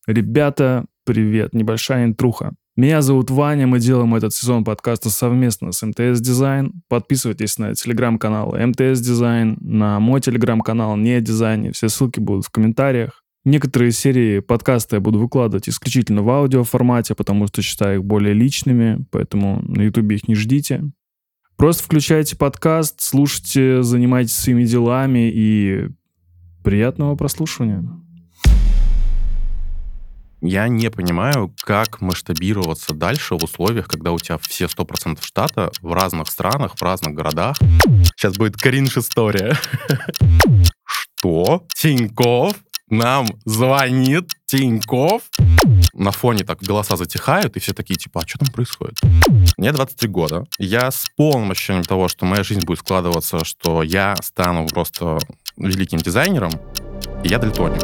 Ребята, привет, небольшая интруха. Меня зовут Ваня, мы делаем этот сезон подкаста совместно с МТС Дизайн. Подписывайтесь на телеграм-канал МТС Дизайн, на мой телеграм-канал Не о дизайне, все ссылки будут в комментариях. Некоторые серии подкаста я буду выкладывать исключительно в аудиоформате, потому что считаю их более личными, поэтому на ютубе их не ждите. Просто включайте подкаст, слушайте, занимайтесь своими делами и приятного прослушивания. Я не понимаю, как масштабироваться дальше в условиях, когда у тебя все 100% штата в разных странах, в разных городах. Сейчас будет кринж-история. Что? Тинькофф нам звонит? Тинькофф? На фоне так голоса затихают, и все такие, типа, а что там происходит? Мне 23 года. Я с полным ощущением того, что моя жизнь будет складываться, что я стану просто великим дизайнером, и я дальтоник.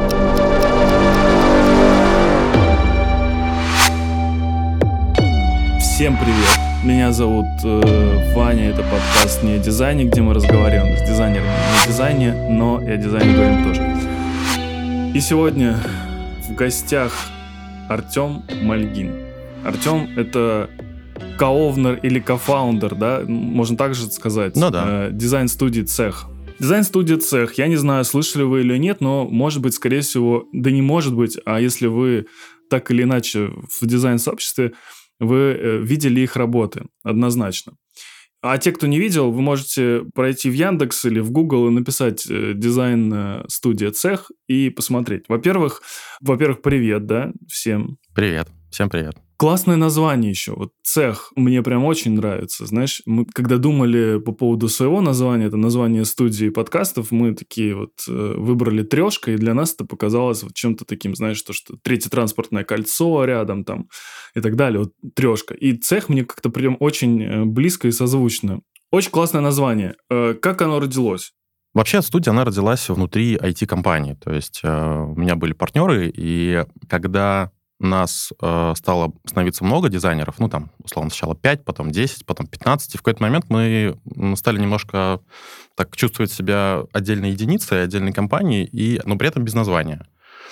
Всем привет! Меня зовут Ваня, это подкаст «Не о дизайне», где мы разговариваем с дизайнерами не о дизайне, но и о дизайне говорим тоже. И сегодня в гостях Артем Мальгин. Артем — это коовнер или кофаундер, да, можно так же сказать, дизайн-студии «Цех». Дизайн-студия «Цех», я не знаю, слышали вы или нет, но, может быть, скорее всего, да не может быть, а если вы так или иначе в дизайн-сообществе, вы видели их работы, однозначно. А те, кто не видел, вы можете пройти в Яндекс или в Google и написать «Дизайн-студия Цех» и посмотреть. Во-первых, привет, да, всем. Привет, всем привет. Классное название еще. Вот «Цех» мне прям очень нравится. Знаешь, мы когда думали по поводу своего названия, это название студии подкастов, мы такие вот выбрали «Трешка», и для нас это показалось вот чем-то таким, знаешь, что третье транспортное кольцо рядом там и так далее. Вот «Трешка». И «Цех» мне как-то прям очень близко и созвучно. Очень классное название. Как оно родилось? Вообще студия, она родилась внутри IT-компании. То есть у меня были партнеры, и когда нас стало становиться много дизайнеров, ну, там, условно, сначала 5, потом 10, потом 15, и в какой-то момент мы стали немножко так чувствовать себя отдельной единицей, отдельной компанией, но при этом без названия.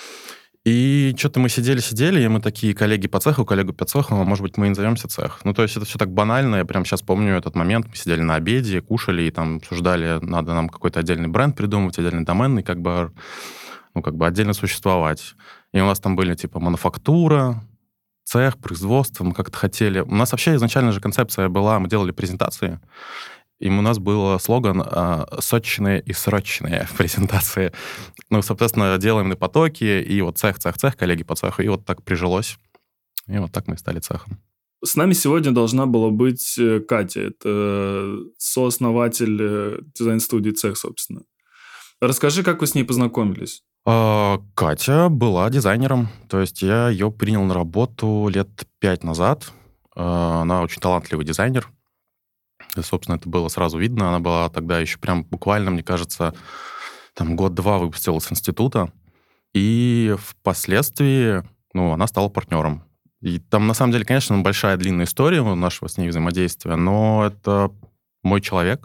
И что-то мы сидели, и мы такие, коллеги по цеху, может быть, мы и назовемся «Цех». Ну, то есть это все так банально, я прям сейчас помню этот момент, мы сидели на обеде, кушали, и там обсуждали, надо нам какой-то отдельный бренд придумывать, отдельный домен, и как бы отдельно существовать. И у нас там были, типа, мануфактура, цех, производство, мы как-то хотели... У нас вообще изначально же концепция была, мы делали презентации, и у нас был слоган «сочные и срочные» в презентации. Ну, соответственно, делаем на потоке, и вот цех, коллеги по цеху, и вот так прижилось. И вот так мы и стали цехом. С нами сегодня должна была быть Катя, это сооснователь дизайн-студии «Цех», собственно. Расскажи, как вы с ней познакомились? Катя была дизайнером, то есть я ее принял на работу лет 5 назад. Она очень талантливый дизайнер. И, собственно, это было сразу видно. Она была тогда еще прям буквально, мне кажется, там год-два выпустилась с института. И впоследствии, она стала партнером. И там, на самом деле, конечно, большая длинная история нашего с ней взаимодействия, но это мой человек,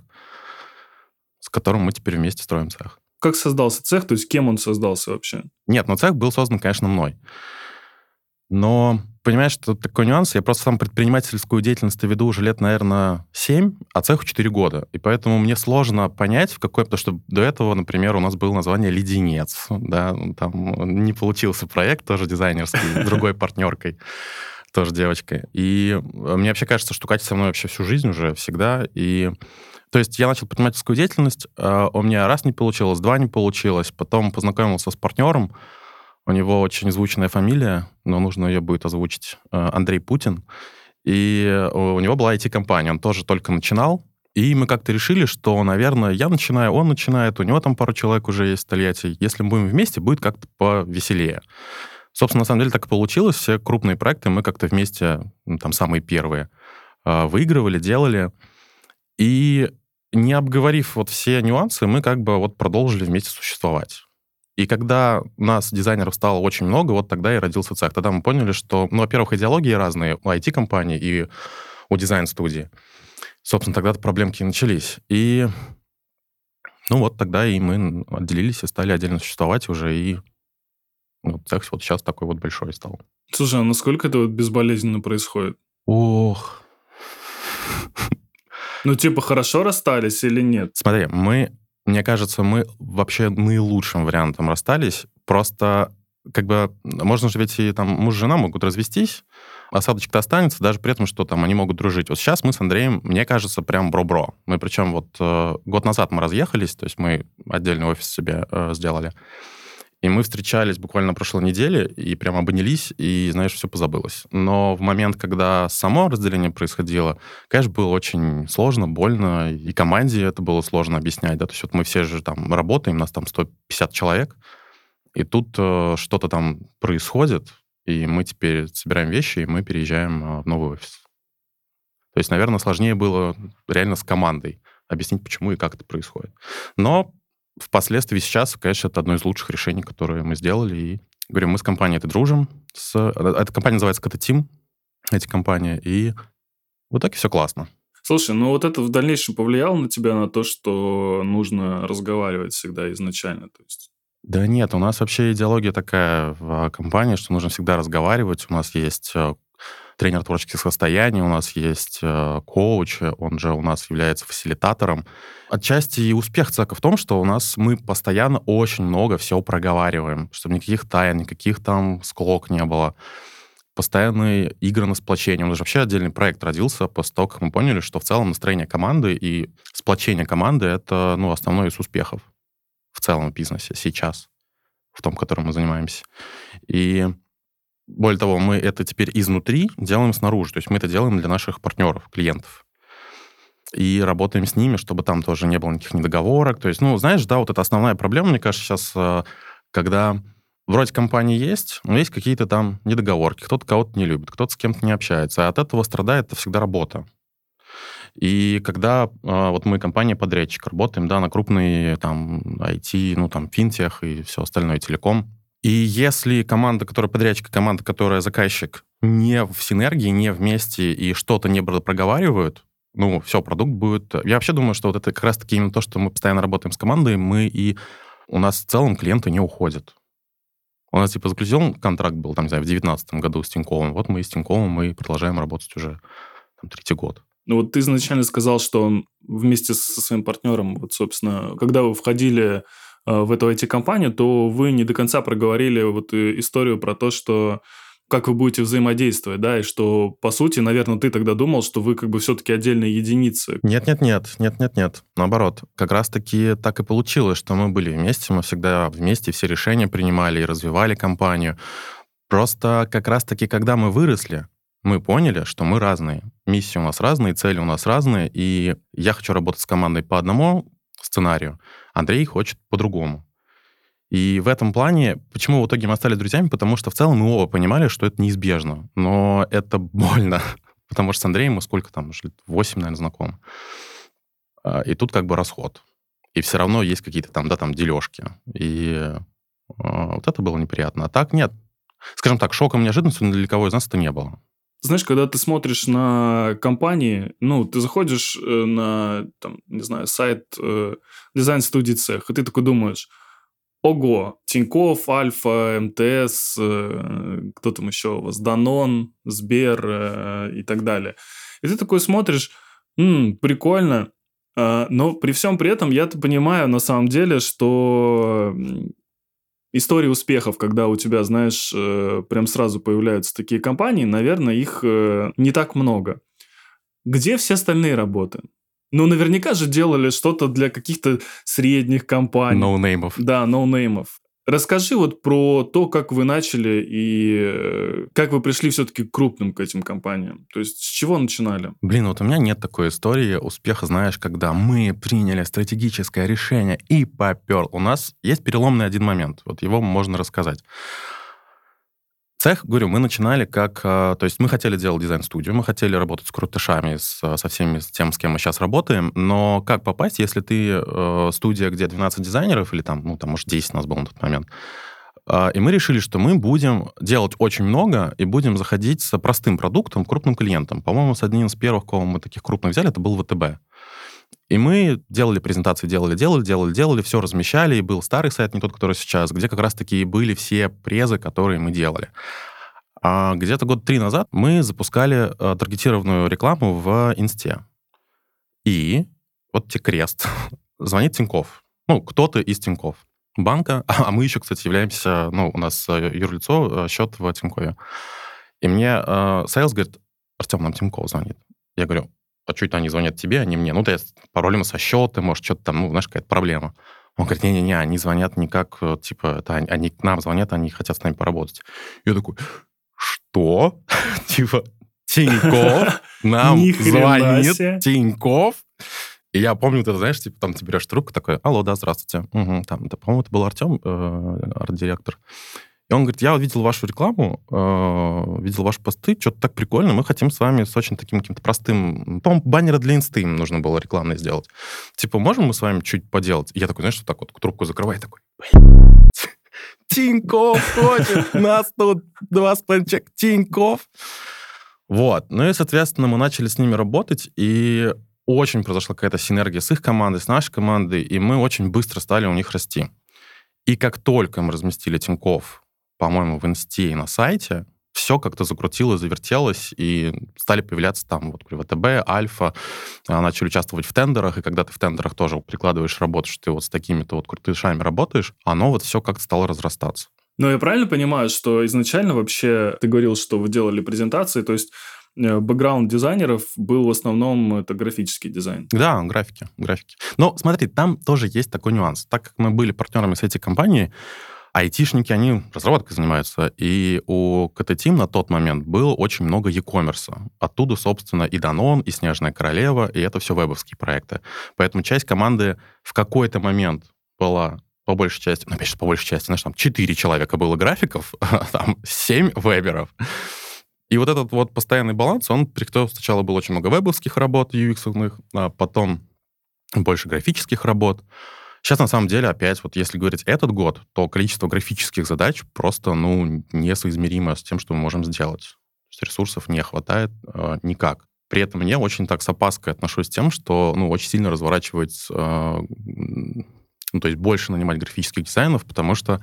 с которым мы теперь вместе строим цех. Как создался цех? То есть кем он создался вообще? Нет, цех был создан, конечно, мной. Но, понимаешь, тут такой нюанс. Я просто сам предпринимательскую деятельность веду уже лет, наверное, 7, а цеху 4 года. И поэтому мне сложно понять, потому что до этого, например, у нас было название «Леденец». Да? Там не получился проект, тоже дизайнерский, с другой партнеркой, тоже девочкой. И мне вообще кажется, что Катя со мной вообще всю жизнь уже, всегда. И то есть я начал предпринимательскую деятельность, у меня раз не получилось, два не получилось, потом познакомился с партнером, у него очень звучная фамилия, но нужно ее будет озвучить, Андрей Путин, и у него была IT-компания, он тоже только начинал, и мы как-то решили, что, наверное, я начинаю, он начинает, у него там пару человек уже есть в Тольятти, если мы будем вместе, будет как-то повеселее. Собственно, на самом деле так и получилось, все крупные проекты мы как-то вместе, там самые первые, выигрывали, делали. И не обговорив все нюансы, мы как бы продолжили вместе существовать. И когда нас, дизайнеров, стало очень много, тогда и родился цех. Тогда мы поняли, что, во-первых, идеологии разные у IT-компаний и у дизайн-студии. Собственно, тогда-то проблемки и начались. И, тогда и мы отделились и стали отдельно существовать уже, и Вот цех вот сейчас такой вот большой стал. Слушай, а насколько это вот безболезненно происходит? Ох. Ну, типа, хорошо расстались или нет? Смотри, мне кажется, мы вообще наилучшим вариантом расстались. Просто, как бы, можно же ведь и там муж и жена могут развестись, осадочек-то останется, даже при этом, что там они могут дружить. Вот сейчас мы с Андреем, мне кажется, прям бро-бро. Мы причем вот год назад мы разъехались, то есть мы отдельный офис себе сделали. И мы встречались буквально на прошлой неделе и прям обнялись, и, знаешь, все позабылось. Но в момент, когда само разделение происходило, конечно, было очень сложно, больно, и команде это было сложно объяснять, да, то есть вот мы все же там работаем, нас там 150 человек, и тут что-то там происходит, и мы теперь собираем вещи, и мы переезжаем в новый офис. То есть, наверное, сложнее было реально с командой объяснить, почему и как это происходит. Но впоследствии сейчас, конечно, это одно из лучших решений, которые мы сделали. И, говорю, мы с компанией этой дружим. Эта компания называется Kata-Team, эти компании. И в итоге все классно. Слушай, ну вот это в дальнейшем повлияло на тебя на то, что нужно разговаривать всегда изначально? То есть... Да нет, у нас вообще идеология такая в компании, что нужно всегда разговаривать. У нас есть тренер творческих состояний, у нас есть коуч, он же у нас является фасилитатором. Отчасти и успех цеха в том, что мы постоянно очень много всего проговариваем, чтобы никаких тайн, никаких там склок не было. Постоянные игры на сплочение. У нас же вообще отдельный проект родился после того, как мы поняли, что в целом настроение команды и сплочение команды — это основной из успехов в целом в бизнесе сейчас, в том, которым мы занимаемся. И более того, мы это теперь изнутри делаем снаружи. То есть мы это делаем для наших партнеров, клиентов. И работаем с ними, чтобы там тоже не было никаких недоговорок. То есть, знаешь, да, вот это основная проблема, мне кажется, сейчас, когда вроде компании есть, но есть какие-то там недоговорки. Кто-то кого-то не любит, кто-то с кем-то не общается. А от этого страдает всегда работа. И когда вот мы компания-подрядчик, работаем, да, на крупные там IT, финтех и все остальное, телеком. И если команда, которая подрядчик, команда, которая заказчик, не в синергии, не вместе и что-то не проговаривают, все, продукт будет... Я вообще думаю, что вот это как раз-таки именно то, что мы постоянно работаем с командой, у нас в целом клиенты не уходят. У нас, заключен контракт был, в 2019 году с Тиньковым. Вот мы с Тиньковым мы продолжаем работать уже 3-й год. Ну вот ты изначально сказал, что он вместе со своим партнером, вот, собственно, когда вы входили в эту IT-компанию, то вы не до конца проговорили вот историю про то, что как вы будете взаимодействовать, да, и что, по сути, наверное, ты тогда думал, что вы как бы все-таки отдельные единицы. Нет. Наоборот, как раз-таки так и получилось, что мы были вместе, мы всегда вместе все решения принимали и развивали компанию. Просто как раз-таки, когда мы выросли, мы поняли, что мы разные. Миссии у нас разные, цели у нас разные, и я хочу работать с командой по одному сценарию, Андрей хочет по-другому. И в этом плане, почему в итоге мы остались друзьями, потому что в целом мы оба понимали, что это неизбежно. Но это больно, потому что с Андреем мы сколько там, 8, наверное, знакомы. И тут как бы расход. И все равно есть какие-то там дележки. И вот это было неприятно. А так нет. Скажем так, шоком, неожиданностью для кого из нас это не было. Знаешь, когда ты смотришь на компании, ты заходишь на, сайт дизайн-студии Цех, и ты такой думаешь, ого, Тинькофф, Альфа, МТС, кто там еще у вас, Данон, Сбер и так далее. И ты такой смотришь, прикольно, но при всем при этом я-то понимаю на самом деле, что... Истории успехов, когда у тебя, знаешь, прям сразу появляются такие компании, наверное, их не так много. Где все остальные работы? Наверняка же делали что-то для каких-то средних компаний. Ноунеймов. Да, ноунеймов. Расскажи вот про то, как вы начали и как вы пришли все-таки к крупным к этим компаниям. То есть с чего начинали? Вот у меня нет такой истории успеха, знаешь, когда мы приняли стратегическое решение и попер. У нас есть переломный один момент. Вот его можно рассказать. Цех, говорю, мы начинали как... То есть мы хотели делать дизайн-студию, мы хотели работать с крутышами, со всеми с тем, с кем мы сейчас работаем, но как попасть, если ты студия, где 12 дизайнеров, или может, 10 у нас было на тот момент, и мы решили, что мы будем делать очень много и будем заходить с простым продуктом к крупным клиентам. По-моему, с одним из первых, кого мы таких крупных взяли, это был ВТБ. И мы делали презентации, делали, все размещали, и был старый сайт, не тот, который сейчас, где как раз-таки были все презы, которые мы делали. А где-то год 3 назад мы запускали таргетированную рекламу в Инсте. И вот тебе крест. Звонит Тинькофф. Кто-то из Тинькофф банка. А мы еще, кстати, являемся... у нас юрлицо, счет в Тинькове. И мне сейлс говорит: Артем, нам Тинькофф звонит. Я говорю: а что это они звонят тебе, а не мне? То есть проблема со счетом, может, что-то там, какая-то проблема. Он говорит: не-не-не, они звонят не как, они к нам звонят, они хотят с нами поработать. Я такой: что? Тинькофф нам звонит, Тинькофф. И я помню, ты знаешь, ты берешь трубку, такой: алло, да, здравствуйте. По-моему, это был Артем, арт-директор. И он говорит: я видел вашу рекламу, видел ваши посты, что-то так прикольно, мы хотим с вами с очень таким каким-то простым... По-моему, баннеры для инсты им нужно было рекламные сделать. Можем мы с вами чуть поделать? И я такой, знаешь, так вот трубку закрываю, такой: Тинькофф хочет, нас тут 2,5 человека, Тинькофф. И, соответственно, мы начали с ними работать, и очень произошла какая-то синергия с их командой, с нашей командой, и мы очень быстро стали у них расти. И как только мы разместили Тинькофф, по-моему, в Инсте и на сайте, все как-то закрутилось, завертелось, и стали появляться там при ВТБ, Альфа, начали участвовать в тендерах, и когда ты в тендерах тоже прикладываешь работу, что ты с такими-то крутышами работаешь, оно все как-то стало разрастаться. Но я правильно понимаю, что изначально вообще ты говорил, что вы делали презентации, то есть бэкграунд дизайнеров был в основном это графический дизайн? Да, графики. Но смотри, там тоже есть такой нюанс. Так как мы были партнерами с этой компанией, айтишники, они разработкой занимаются, и у КТ-Тим на тот момент было очень много e-commerce. Оттуда, собственно, и Данон, и Снежная Королева, и это все вебовские проекты. Поэтому часть команды в какой-то момент была по большей части, опять же, по большей части, 4 человека было графиков, там 7 веберов. И этот постоянный баланс, сначала было очень много вебовских работ, UX-овых, а потом больше графических работ. Сейчас, на самом деле, опять, если говорить этот год, то количество графических задач просто, несоизмеримо с тем, что мы можем сделать. То есть ресурсов не хватает никак. При этом я очень так с опаской отношусь к тем, что, очень сильно разворачивать, то есть больше нанимать графических дизайнеров, потому что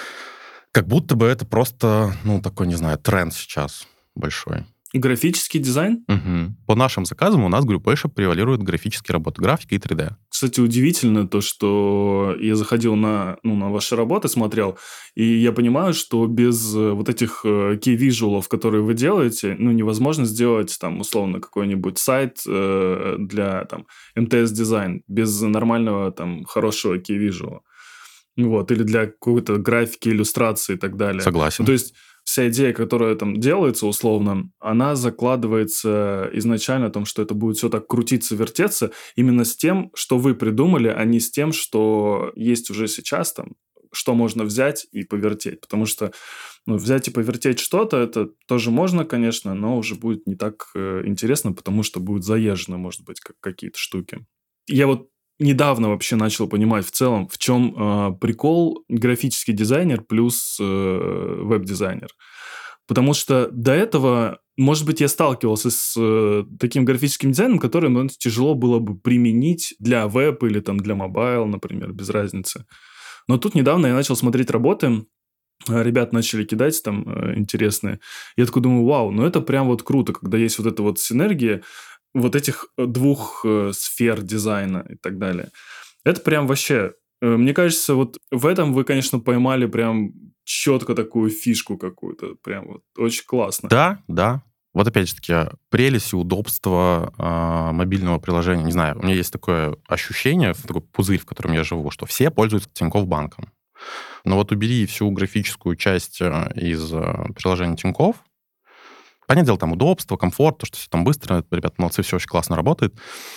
как будто бы это просто, такой, не знаю, тренд сейчас большой. Графический дизайн? Угу. По нашим заказам у нас, говорю, больше превалируют графические работы, графика и 3D. Кстати, удивительно то, что я заходил на ваши работы, смотрел, и я понимаю, что без этих key-визуалов, которые вы делаете, невозможно сделать, условно, какой-нибудь сайт для, МТС-дизайн без нормального, хорошего key-визуала. Или для какой-то графики, иллюстрации и так далее. Согласен. То есть вся идея, которая делается условно, она закладывается изначально о том, что это будет все так крутиться, вертеться, именно с тем, что вы придумали, а не с тем, что есть уже сейчас что можно взять и повертеть. Потому что взять и повертеть что-то, это тоже можно, конечно, но уже будет не так интересно, потому что будет заезжено, может быть, какие-то штуки. Я недавно вообще начал понимать в целом, в чем прикол графический дизайнер плюс веб-дизайнер. Потому что до этого, может быть, я сталкивался с таким графическим дизайном, который тяжело было бы применить для веб или для мобайл, например, без разницы. Но тут недавно я начал смотреть работы, ребят начали кидать интересные. Я такой думаю: вау, это прям круто, когда есть эта синергия этих двух сфер дизайна и так далее. Это прям вообще... Мне кажется, в этом вы, конечно, поймали прям четко такую фишку какую-то. Прям очень классно. Да. Опять же таки, прелесть и удобство мобильного приложения. Не знаю, у меня есть такое ощущение, такой пузырь, в котором я живу, что все пользуются Тинькофф банком. Но убери всю графическую часть из приложения Тинькофф. Понятное дело, удобство, комфорт, то, что все быстро, ребята молодцы, все очень классно работает.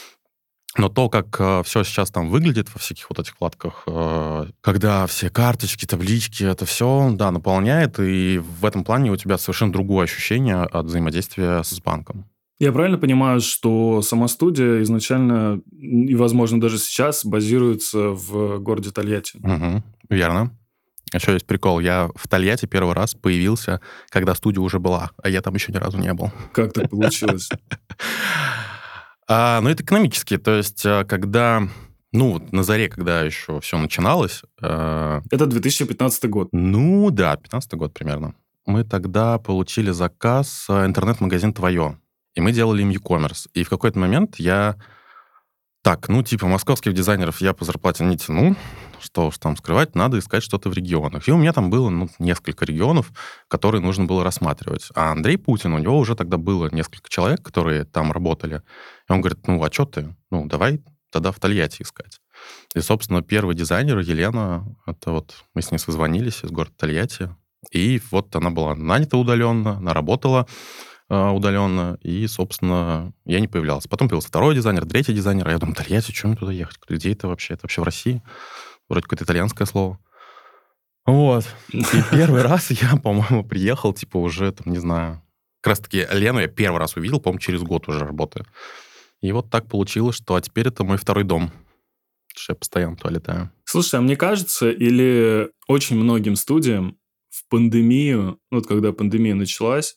Но то, как все сейчас выглядит во всяких этих вкладках, когда все карточки, таблички, это все, наполняет, и в этом плане у тебя совершенно другое ощущение от взаимодействия с банком. Я правильно понимаю, что сама студия изначально, и, возможно, даже сейчас, базируется в городе Тольятти? Угу, верно. Еще есть прикол. Я в Тольятти первый раз появился, когда студия уже была, а я там еще ни разу не был. Как так получилось? Ну, это экономически. То есть, когда... Ну, вот на заре, когда еще все начиналось... Это 2015 год. Ну, да, 15 год примерно. Мы тогда получили заказ интернет-магазин «Твое». И мы делали им e-commerce. И в какой-то момент я... Так, ну, типа, московских дизайнеров я по зарплате не тяну. Что уж там скрывать, надо искать что-то в регионах. И у меня там было, несколько регионов, которые нужно было рассматривать. А Андрей Путин, у него уже тогда было несколько человек, которые там работали. И он говорит, а что ты? Давай тогда в Тольятти искать. И, собственно, первый дизайнер, Елена, это вот мы с ней созвонились из города Тольятти. И вот она была нанята удаленно, она работала удаленно, и, собственно, я не появлялся. Потом появился второй дизайнер, третий дизайнер, а я думаю, Тольятти, что мне туда ехать? Где это вообще? Это вообще в России? Вроде какое-то итальянское слово. Вот. И первый раз я, по-моему, приехал, уже, не знаю... Как раз-таки Лену я первый раз увидел, по-моему, через год уже работаю. И вот так получилось, что теперь это мой второй дом. Потому что я постоянно туда летаю. Слушай, а мне кажется, или очень многим студиям в пандемию, когда пандемия началась,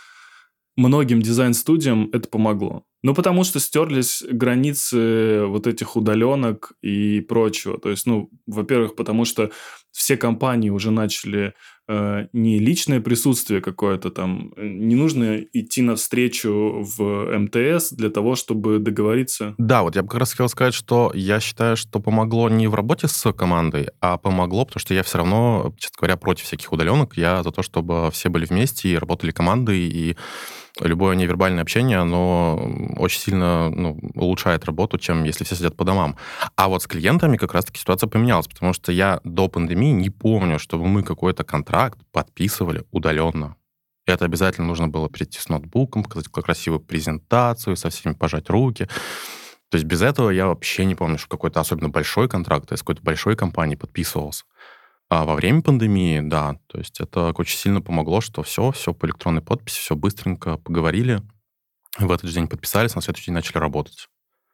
многим дизайн-студиям это помогло. Потому что стерлись границы вот этих удаленок и прочего. То есть, во-первых, потому что все компании уже начали не личное присутствие какое-то там, не нужно идти навстречу в МТС для того, чтобы договориться. Да, вот я бы как раз хотел сказать, что я считаю, что помогло не в работе с командой, а помогло, потому что я все равно, честно говоря, против всяких удаленок. Я за то, чтобы все были вместе и работали командой, и любое невербальное общение, оно очень сильно улучшает работу, чем если все сидят по домам. А вот с клиентами как раз-таки ситуация поменялась, потому что я до пандемии не помню, чтобы мы какой-то контракт подписывали удаленно. Это обязательно нужно было прийти с ноутбуком, показать красивую презентацию, со всеми пожать руки. То есть без этого я вообще не помню, что какой-то особенно большой контракт из какой-то большой компании подписывался. А во время пандемии, да, то есть это очень сильно помогло, что все по электронной подписи, все быстренько поговорили, в этот же день подписались, на следующий день начали работать.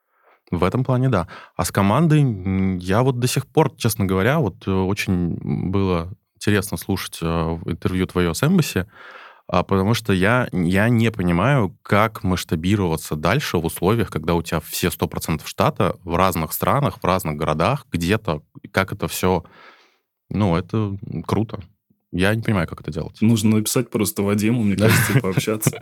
В этом плане, да. А с командой я вот до сих пор, честно говоря, очень было интересно слушать интервью твое с Embassy, потому что я не понимаю, как масштабироваться дальше в условиях, когда у тебя все 100% штата в разных странах, в разных городах, где-то, как это все... это круто. Я не понимаю, как это делать. Нужно написать просто Вадиму, мне кажется, пообщаться.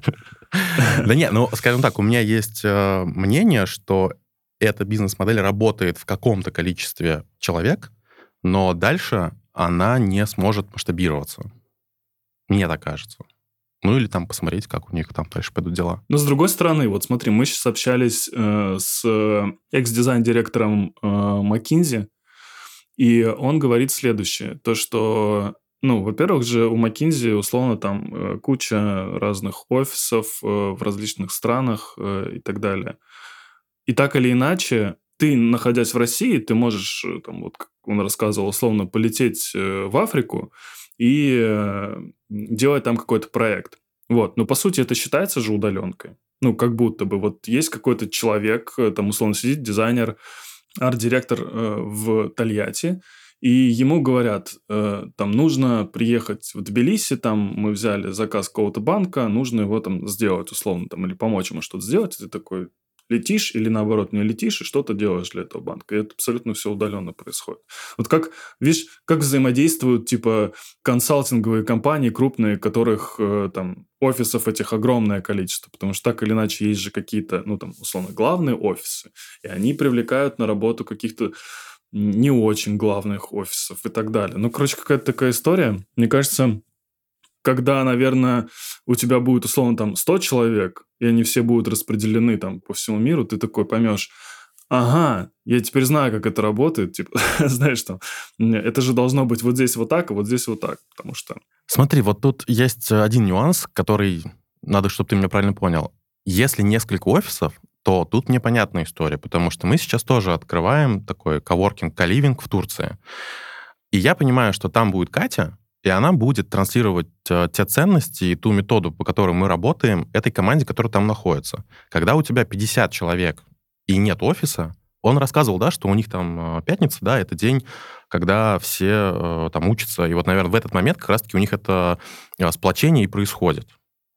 Да нет, скажем так, у меня есть мнение, что эта бизнес-модель работает в каком-то количестве человек, но дальше она не сможет масштабироваться. Мне так кажется. Или там посмотреть, как у них там дальше пойдут дела. Но с другой стороны, вот смотри, мы сейчас общались с экс-дизайн-директором McKinsey, и он говорит следующее, то, что, во-первых же, у McKinsey, условно, там куча разных офисов в различных странах и так далее. И так или иначе, ты, находясь в России, ты можешь, там, вот как он рассказывал, условно, полететь в Африку и делать там какой-то проект. Вот. Но, по сути, это считается же удаленкой. Как будто бы. Вот есть какой-то человек, там, условно, сидит дизайнер, арт-директор в Тольятти, и ему говорят, там, нужно приехать в Тбилиси, там, мы взяли заказ какого-то банка, нужно его там сделать, условно, там, или помочь ему что-то сделать, и ты такой летишь или, наоборот, не летишь, и что-то делаешь для этого банка. И это абсолютно все удаленно происходит. Вот как, видишь, как взаимодействуют, консалтинговые компании крупные, которых, там, офисов этих огромное количество, потому что так или иначе есть же какие-то, там, условно, главные офисы, и они привлекают на работу каких-то не очень главных офисов и так далее. Короче, какая-то такая история. Мне кажется, когда, наверное, у тебя будет, условно, там 100 человек, и они все будут распределены там по всему миру, ты такой поймешь, ага, я теперь знаю, как это работает, знаешь, там, это же должно быть вот здесь вот так, а вот здесь вот так, потому что... Смотри, вот тут есть один нюанс, который надо, чтобы ты меня правильно понял. Если несколько офисов, то тут мне понятная история, потому что мы сейчас тоже открываем такой коворкинг, коливинг в Турции. И я понимаю, что там будет Катя, и она будет транслировать те ценности и ту методу, по которой мы работаем, этой команде, которая там находится. Когда у тебя 50 человек и нет офиса, он рассказывал, да, что у них там пятница, да, это день, когда все там учатся, и вот, наверное, в этот момент как раз-таки у них это сплочение и происходит.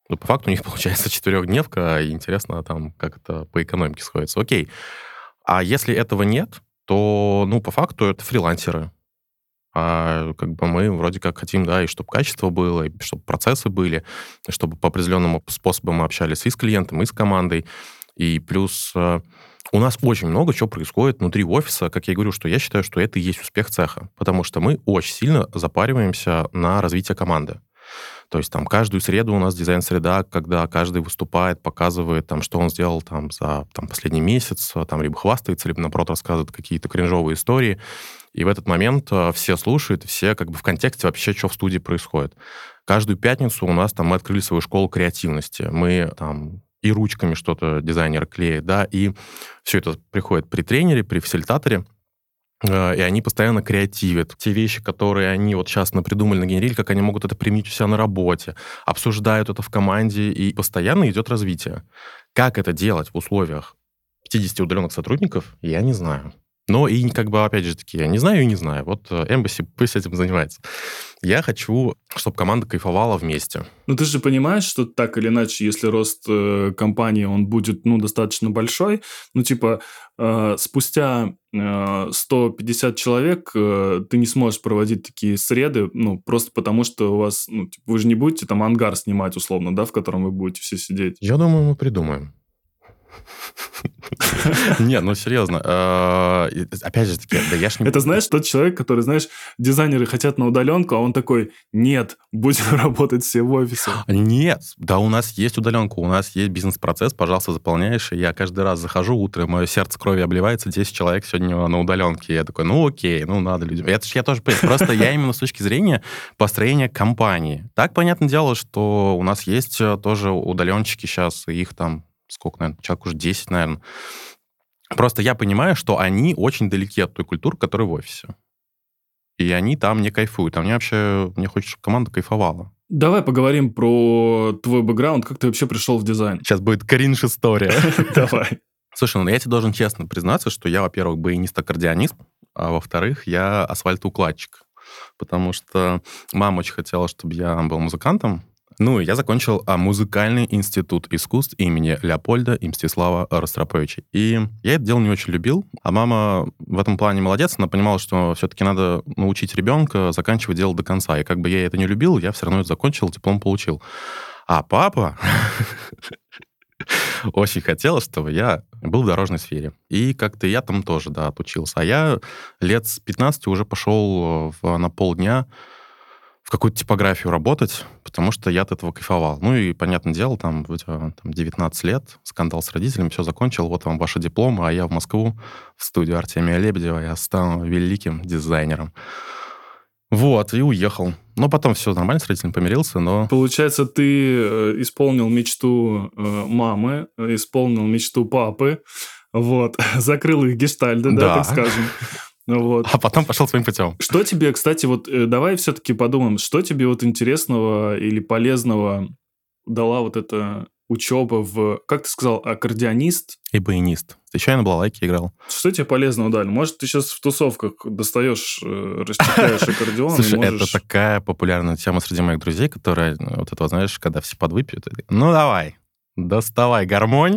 Но по факту у них получается 4-дневка, и интересно там, как это по экономике сходится. Окей. А если этого нет, то, по факту это фрилансеры. А как бы мы вроде как хотим, да, и чтобы качество было, и чтобы процессы были, и чтобы по определенному способу мы общались и с клиентом, и с командой. И плюс у нас очень много чего происходит внутри офиса. Как я говорю, что я считаю, что это и есть успех цеха, потому что мы очень сильно запариваемся на развитие команды. То есть там каждую среду у нас дизайн-среда, когда каждый выступает, показывает, там, что он сделал там, за последний месяц, там, либо хвастается, либо, наоборот, рассказывает какие-то кринжовые истории. И в этот момент все слушают, все как бы в контексте вообще, что в студии происходит. Каждую пятницу у нас там мы открыли свою школу креативности. Мы там и ручками что-то дизайнер клеит, да, и все это приходит при тренере, при фасилитаторе, и они постоянно креативят. Те вещи, которые они вот сейчас напридумали, нагенерили, как они могут это применить у себя на работе, обсуждают это в команде, и постоянно идет развитие. Как это делать в условиях 50 удаленных сотрудников, я не знаю. Но и как бы, опять же таки, я не знаю и не знаю. Вот Embassy пусть этим занимается. Я хочу, чтобы команда кайфовала вместе. Ну, ты же понимаешь, что так или иначе, если рост компании, он будет, достаточно большой, спустя 150 человек ты не сможешь проводить такие среды, просто потому что у вас, вы же не будете там ангар снимать, условно, да, в котором вы будете все сидеть. Я думаю, мы придумаем. Не, серьезно. Опять же таки, да я ж не... Это, знаешь, тот человек, который, знаешь, дизайнеры хотят на удаленку, а он такой: нет, будем работать все в офисе. Нет, да, у нас есть удаленка, у нас есть бизнес-процесс, пожалуйста, заполняешь, и я каждый раз захожу утром, мое сердце кровью обливается, 10 человек сегодня на удаленке. Я такой, окей, надо людям. Это я тоже понимаю, просто я именно с точки зрения построения компании. Так, понятное дело, что у нас есть тоже удаленщики сейчас, и их там сколько, наверное, человек уже 10, наверное. Просто я понимаю, что они очень далеки от той культуры, которая в офисе. И они там не кайфуют. А мне хочется, чтобы команда кайфовала. Давай поговорим про твой бэкграунд. Как ты вообще пришел в дизайн? Сейчас будет кринж-история. Давай. Слушай, я тебе должен честно признаться, что я, во-первых, баянист-аккордеонист, а во-вторых, я асфальтоукладчик. Потому что мама очень хотела, чтобы я был музыкантом. Я закончил музыкальный институт искусств имени Леопольда и Мстислава Ростроповича. И я это дело не очень любил. А мама в этом плане молодец. Она понимала, что все-таки надо научить ребенка заканчивать дело до конца. И как бы я это не любил, я все равно это закончил, диплом получил. А папа очень хотел, чтобы я был в дорожной сфере. И как-то я там тоже, отучился. А я лет с 15 уже пошел на полдня в какую-то типографию работать, потому что я от этого кайфовал. И, понятное дело, там 19 лет, скандал с родителями, все закончил, вот вам ваши дипломы, а я в Москву, в студию Артемия Лебедева, я стану великим дизайнером. И уехал. Потом все нормально, с родителями помирился, но... Получается, ты исполнил мечту мамы, исполнил мечту папы, закрыл их гештальты, да, так скажем. А потом пошел своим путем. Что тебе, кстати, давай все-таки подумаем, что тебе интересного или полезного дала эта учеба как ты сказал, аккордеонист? И баянист. Еще я на балалайке играл. Что тебе полезного дали? Может, ты сейчас в тусовках достаешь, расчехляешь аккордеон? Слушай, это такая популярная тема среди моих друзей, которая, знаешь, когда все подвыпьют, давай, доставай гармонь.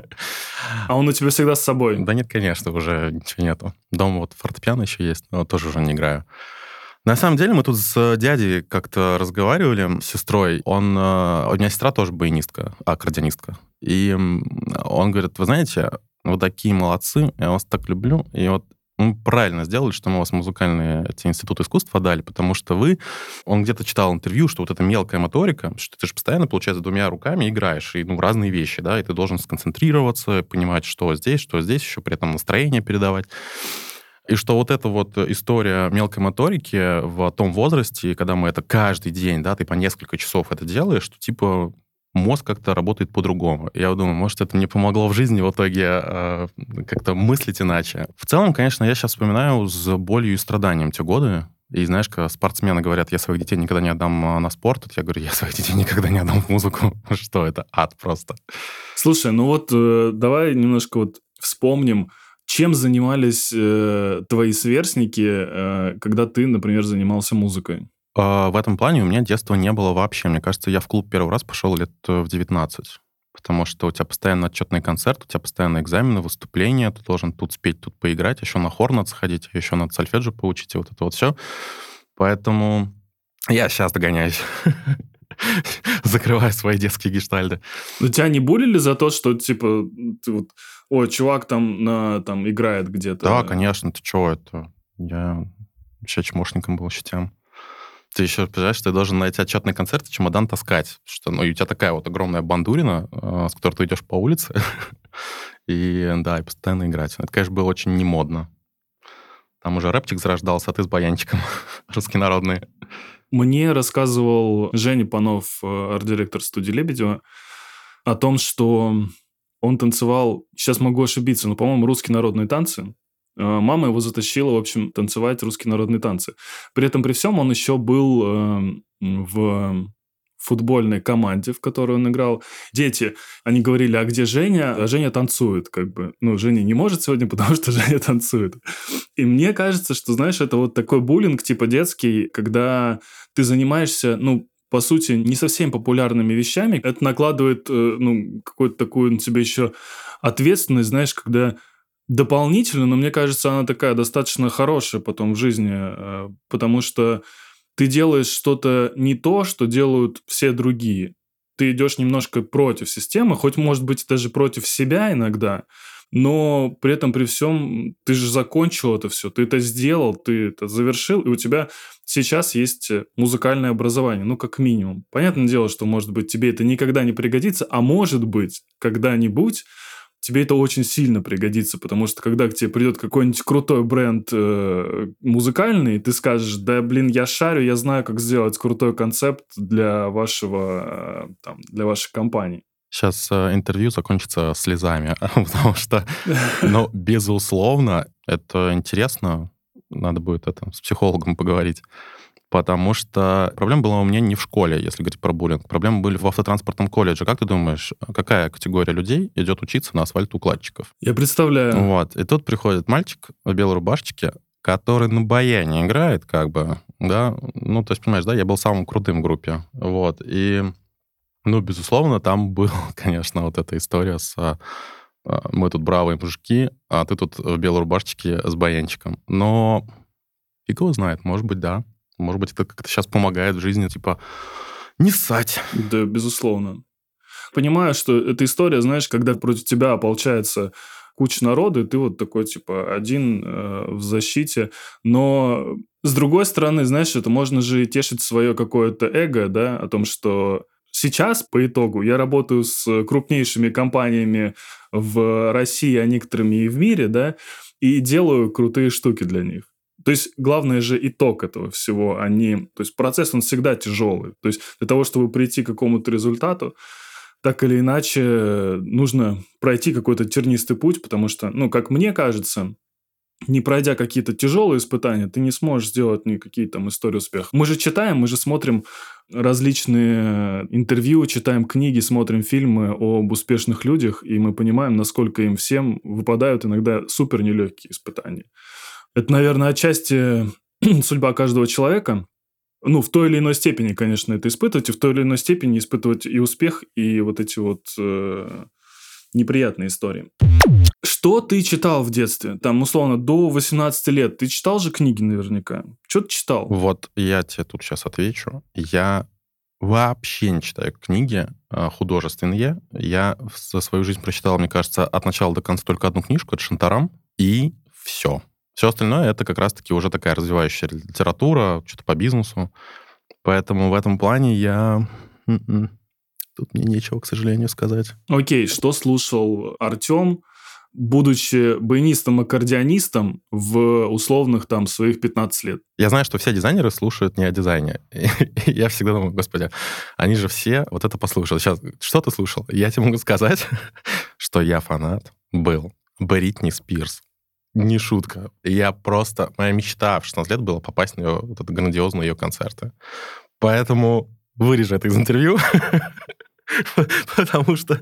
А он у тебя всегда с собой? Да нет, конечно, уже ничего нету. Дома фортепиано еще есть, но тоже уже не играю. На самом деле, мы тут с дядей как-то разговаривали, с сестрой. У меня сестра тоже баянистка, аккордеонистка. И он говорит, вы знаете, вы такие молодцы, я вас так люблю. И мы правильно сделали, что мы вас в музыкальный институт искусств отдали, потому что он где-то читал интервью, что эта мелкая моторика, что ты же постоянно, получается, двумя руками играешь, и разные вещи, да, и ты должен сконцентрироваться, понимать, что здесь, еще при этом настроение передавать. И что эта история мелкой моторики в том возрасте, когда мы это каждый день, да, ты по несколько часов это делаешь, что мозг как-то работает по-другому. Я думаю, может, это мне помогло в жизни в итоге как-то мыслить иначе. В целом, конечно, я сейчас вспоминаю с болью и страданием те годы. И знаешь, когда спортсмены говорят, я своих детей никогда не отдам на спорт, я говорю, я своих детей никогда не отдам в музыку. Что это? Ад просто. Слушай, давай немножко вспомним, чем занимались твои сверстники, когда ты, например, занимался музыкой? В этом плане у меня детства не было вообще. Мне кажется, я в клуб первый раз пошел лет в 19. Потому что у тебя постоянно отчетный концерт, у тебя постоянно экзамены, выступления, ты должен тут спеть, тут поиграть, еще на хор надо сходить, еще надо сольфеджио поучить, и вот это вот все. Поэтому я сейчас догоняюсь. Закрываю свои детские гештальды. Но тебя не булили за то, что, типа, ты вот, ой, чувак там играет где-то? Да, конечно, ты чего это? Я вообще чмошником был щитям. Ты еще понимаешь, что ты должен на эти отчетные концерты чемодан таскать. Что, и у тебя такая вот огромная бандурина, с которой ты идешь по улице, и постоянно играть. Это, конечно, было очень немодно. Там уже рэпчик зарождался, а ты с баянчиком. Русские народные. Мне рассказывал Женя Панов, арт-директор студии Лебедева, о том, что он танцевал, сейчас могу ошибиться, но, по-моему, русские народные танцы. Мама его затащила, в общем, танцевать русские народные танцы. При этом, при всем, он еще был в футбольной команде, в которой он играл. Дети, они говорили, а где Женя? А Женя танцует, как бы. Ну, Женя не может сегодня, потому что Женя танцует. И мне кажется, что, знаешь, это вот такой буллинг, типа детский, когда ты занимаешься, ну, по сути, не совсем популярными вещами. Это накладывает, какую-то такую на тебя еще ответственность, знаешь, когда дополнительно, но мне кажется, она такая достаточно хорошая потом в жизни, потому что ты делаешь что-то не то, что делают все другие. Ты идешь немножко против системы, хоть, может быть, даже против себя иногда, но при этом, при всем, ты же закончил это все, ты это сделал, ты это завершил, и у тебя сейчас есть музыкальное образование, ну, как минимум. Понятное дело, что, может быть, тебе это никогда не пригодится, а может быть, когда-нибудь тебе это очень сильно пригодится, потому что когда к тебе придет какой-нибудь крутой бренд музыкальный, ты скажешь, да, блин, я шарю, я знаю, как сделать крутой концепт для для вашей компании. Сейчас интервью закончится слезами, потому что, безусловно, это интересно. Надо будет это с психологом поговорить. Потому что проблема была у меня не в школе, если говорить про буллинг. Проблемы были в автотранспортном колледже. Как ты думаешь, какая категория людей идет учиться на асфальтоукладчиков? Я представляю. Вот. И тут приходит мальчик в белой рубашечке, который на баяне играет, как бы, да. Ну, то есть, понимаешь, да, я был самым крутым в группе. Вот. И, безусловно, там была, конечно, вот эта история с мы тут бравые мужики, а ты тут в белой рубашечке с баянчиком. Но фиг его знает, может быть, да. Может быть, это как-то сейчас помогает в жизни, типа, не ссать. Да, безусловно. Понимаю, что эта история, знаешь, когда против тебя ополчается куча народу, и ты вот такой, типа, один в защите. Но, с другой стороны, знаешь, это можно же тешить свое какое-то эго, да, о том, что сейчас, по итогу, я работаю с крупнейшими компаниями в России, а некоторыми и в мире, да, и делаю крутые штуки для них. То есть главное же итог этого всего, а не... То есть процесс, он всегда тяжелый. То есть для того, чтобы прийти к какому-то результату, так или иначе нужно пройти какой-то тернистый путь, потому что, как мне кажется, не пройдя какие-то тяжелые испытания, ты не сможешь сделать никакие там истории успеха. Мы же читаем, мы же смотрим различные интервью, читаем книги, смотрим фильмы об успешных людях, и мы понимаем, насколько им всем выпадают иногда супер нелегкие испытания. Это, наверное, отчасти судьба каждого человека. В той или иной степени, конечно, это испытывать, и в той или иной степени испытывать и успех, и вот эти вот неприятные истории. Что ты читал в детстве? Там, условно, до 18 лет. Ты читал же книги наверняка. Что ты читал? Вот я тебе тут сейчас отвечу. Я вообще не читаю книги художественные. Я за свою жизнь прочитал, мне кажется, от начала до конца только одну книжку. Это «Шантарам». И все. Все остальное — это как раз-таки уже такая развивающая литература, что-то по бизнесу. Поэтому в этом плане тут мне нечего, к сожалению, сказать. Окей, что слушал Артем, будучи баянистом-аккордеонистом в условных там своих 15 лет? Я знаю, что все дизайнеры слушают не о дизайне. Я всегда думаю, господи, они же все вот это послушали. Сейчас, что ты слушал? Я тебе могу сказать, что я фанат был Бритни Спирс. Не шутка. Моя мечта в 16 лет была попасть на ее, вот это грандиозные ее концерты. Поэтому вырежи это из интервью, потому что...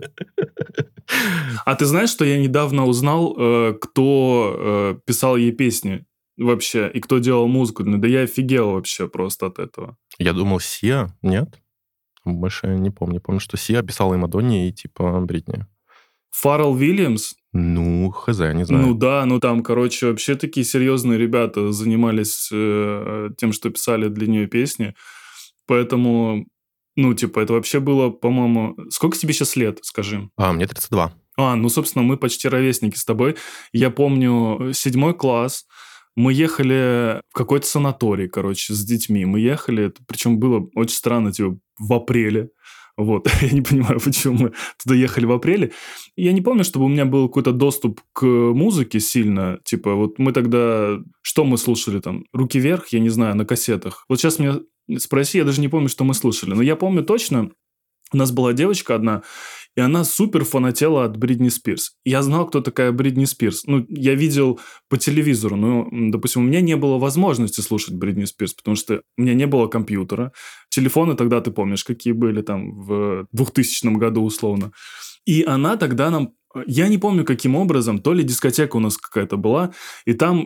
А ты знаешь, что я недавно узнал, кто писал ей песни? вообще, и кто делал музыку. Да я офигел вообще просто от этого. Я думал, Сиа, нет? Больше не помню. Помню, что Сиа писала и Мадонне, и типа Бритни. Фаррелл Вильямс? Ну, хз, не знаю. Ну да, там, короче, вообще такие серьезные ребята занимались тем, что писали для нее песни. Поэтому, это вообще было, по-моему... Сколько тебе сейчас лет, скажи? Мне 32. Собственно, мы почти ровесники с тобой. Я помню, 7 класс, мы ехали в какой-то санаторий, короче, с детьми. Мы ехали, причем было очень странно, в апреле. Вот, я не понимаю, почему мы туда ехали в апреле. Я не помню, чтобы у меня был какой-то доступ к музыке сильно. Мы тогда... Что мы слушали там? «Руки вверх», я не знаю, на кассетах. Вот сейчас меня спроси, я даже не помню, что мы слушали. Но я помню точно, у нас была девочка одна, и она супер фанатела от Бритни Спирс. Я знал, кто такая Бритни Спирс. Я видел по телевизору, но, допустим, у меня не было возможности слушать Бритни Спирс, потому что у меня не было компьютера. Телефоны тогда, ты помнишь, какие были там в 2000 году условно. И она тогда нам... Я не помню, каким образом, то ли дискотека у нас какая-то была, и там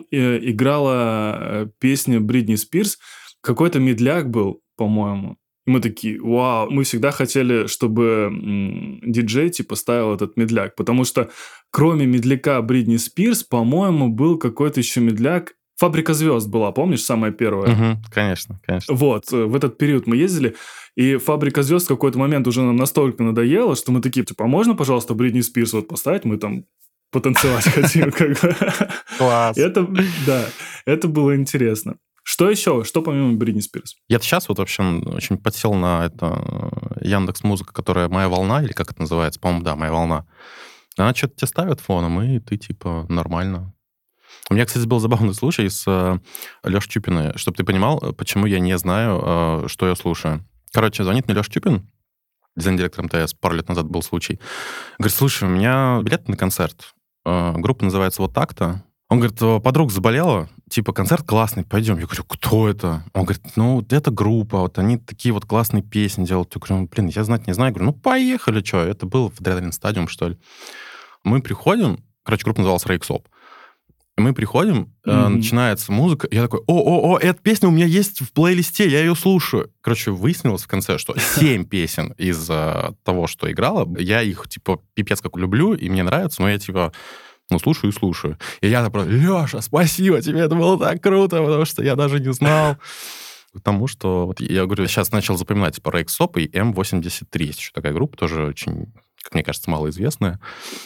играла песня Бритни Спирс. Какой-то медляк был, по-моему. И мы такие, вау, мы всегда хотели, чтобы диджей ставил этот медляк, потому что кроме медляка Бритни Спирс, по-моему, был какой-то еще медляк. «Фабрика звезд» была, помнишь, самая первая? Угу, конечно. Вот, в этот период мы ездили, и «Фабрика звезд» в какой-то момент уже нам настолько надоело, что мы такие, можно, пожалуйста, Бритни Спирс поставить, мы там потанцевать хотим. Класс. Это было интересно. Что еще? Что помимо Бритни Спирс? Я сейчас вообще очень подсел на это Яндекс.Музыка, которая «Моя волна», или как это называется? По-моему, да, «Моя волна». Она что-то тебе ставит фоном, и ты нормально. У меня, кстати, был забавный случай с Лешей Чупиной. Чтобы ты понимал, почему я не знаю, что я слушаю. Короче, звонит мне Леша Чупин, дизайн-директор МТС, пару лет назад был случай. Говорит, слушай, у меня билеты на концерт. Группа называется «Вот так-то». Он говорит, подруга заболела, концерт классный, пойдем. Я говорю, кто это? Он говорит, это группа, они такие классные песни делают. Я говорю, я знать не знаю. Я говорю, поехали, что? Это был в Адреналин Стадиум, что ли. Мы приходим, группа называлась Рейксоп. Мы приходим, начинается музыка, я такой, эта песня у меня есть в плейлисте, я ее слушаю. Выяснилось в конце, что 7 песен из того, что играла, я их, пипец как люблю, и мне нравится, но я, слушаю и слушаю. И я просто, Леша, спасибо тебе, это было так круто, потому что я даже не знал. Потому что, я говорю, сейчас начал запоминать Рейксоп и М83. Есть еще такая группа, тоже очень, как мне кажется, малоизвестная.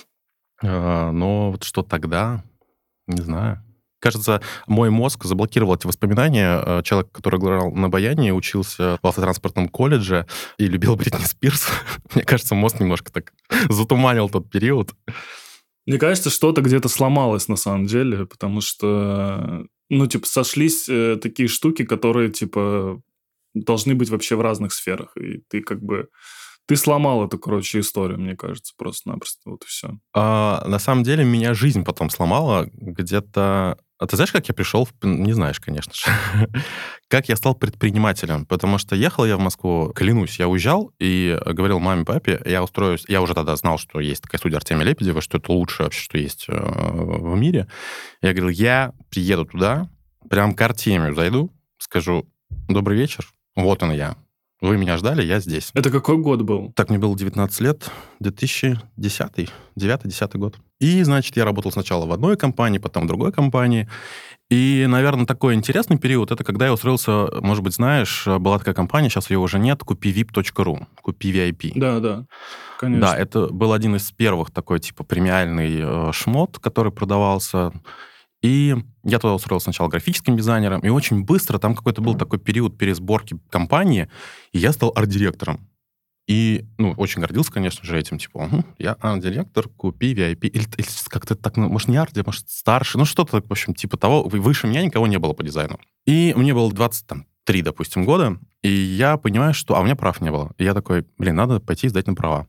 Но что тогда... Не знаю. Кажется, мой мозг заблокировал эти воспоминания. Человек, который играл на баяне, учился в автотранспортном колледже и любил Бритни Спирс. Мне кажется, мозг немножко так затуманил тот период. Мне кажется, что-то где-то сломалось на самом деле, потому что, сошлись такие штуки, которые, должны быть вообще в разных сферах. И ты Ты сломал эту, историю, мне кажется, просто-напросто. Вот и все. На самом деле, меня жизнь потом сломала где-то... А ты знаешь, как я пришел? Не знаешь, конечно же. Как я стал предпринимателем? Потому что ехал я в Москву, клянусь, я уезжал и говорил маме, папе, я устроюсь... Я уже тогда знал, что есть такая студия Артемия Лебедева, что это лучшее вообще, что есть в мире. Я говорил, я приеду туда, прям к Артемию зайду, скажу, добрый вечер, вот он я. Вы меня ждали, я здесь. Это какой год был? Так, мне было 19 лет, 2010, 9-10 год. И, значит, я работал сначала в одной компании, потом в другой компании. И, наверное, такой интересный период, это когда я устроился, может быть, знаешь, была такая компания, сейчас ее уже нет, kupivip.ru, Купи VIP. Да, конечно. Да, это был один из первых такой, премиальный шмот, который продавался. И я туда устроился сначала графическим дизайнером, и очень быстро там какой-то был такой период пересборки компании, и я стал арт-директором. И, очень гордился, конечно же, этим, я арт-директор, Купи VIP, или как-то так, может, не арт, может, старший, что-то, в общем, того. Выше меня никого не было по дизайну. И мне было 23, допустим, года, и я понимаю, что... А у меня прав не было. И я такой, надо пойти сдать на права.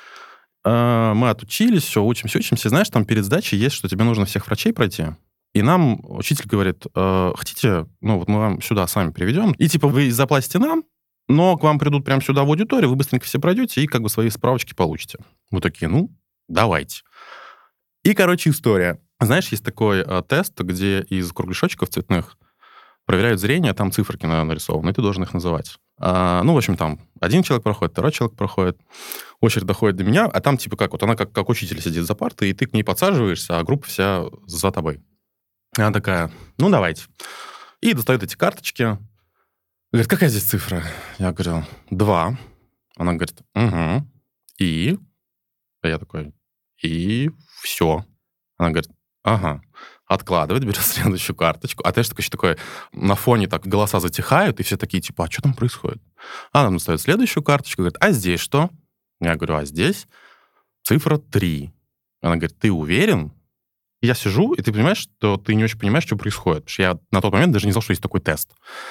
Мы отучились, все, учимся. Знаешь, там перед сдачей есть, что тебе нужно всех врачей пройти. И нам учитель говорит, хотите, мы вам сюда сами приведем, и вы заплатите нам, но к вам придут прямо сюда в аудиторию, вы быстренько все пройдете и свои справочки получите. Мы такие, давайте. И, история. Знаешь, есть такой тест, где из кругляшочков цветных проверяют зрение, там циферки нарисованы, и ты должен их называть. В общем, там один человек проходит, второй человек проходит, очередь доходит до меня, а там типа как, вот она как учитель сидит за партой, и ты к ней подсаживаешься, а группа вся за тобой. И она такая, ну, давайте. И достает эти карточки. Говорит, какая здесь цифра? Я говорю, 2. Она говорит, угу. И? А я такой, и все. Она говорит, ага. Откладывает, берет следующую карточку. А ты же еще такой, на фоне так голоса затихают, и все такие, типа, а что там происходит? Она нам ставит следующую карточку, говорит, а здесь что? Я говорю, а здесь цифра 3. Она говорит, ты уверен? И я сижу, и ты понимаешь, что ты не очень понимаешь, что происходит. Потому что я на тот момент даже не знал, что есть такой тест.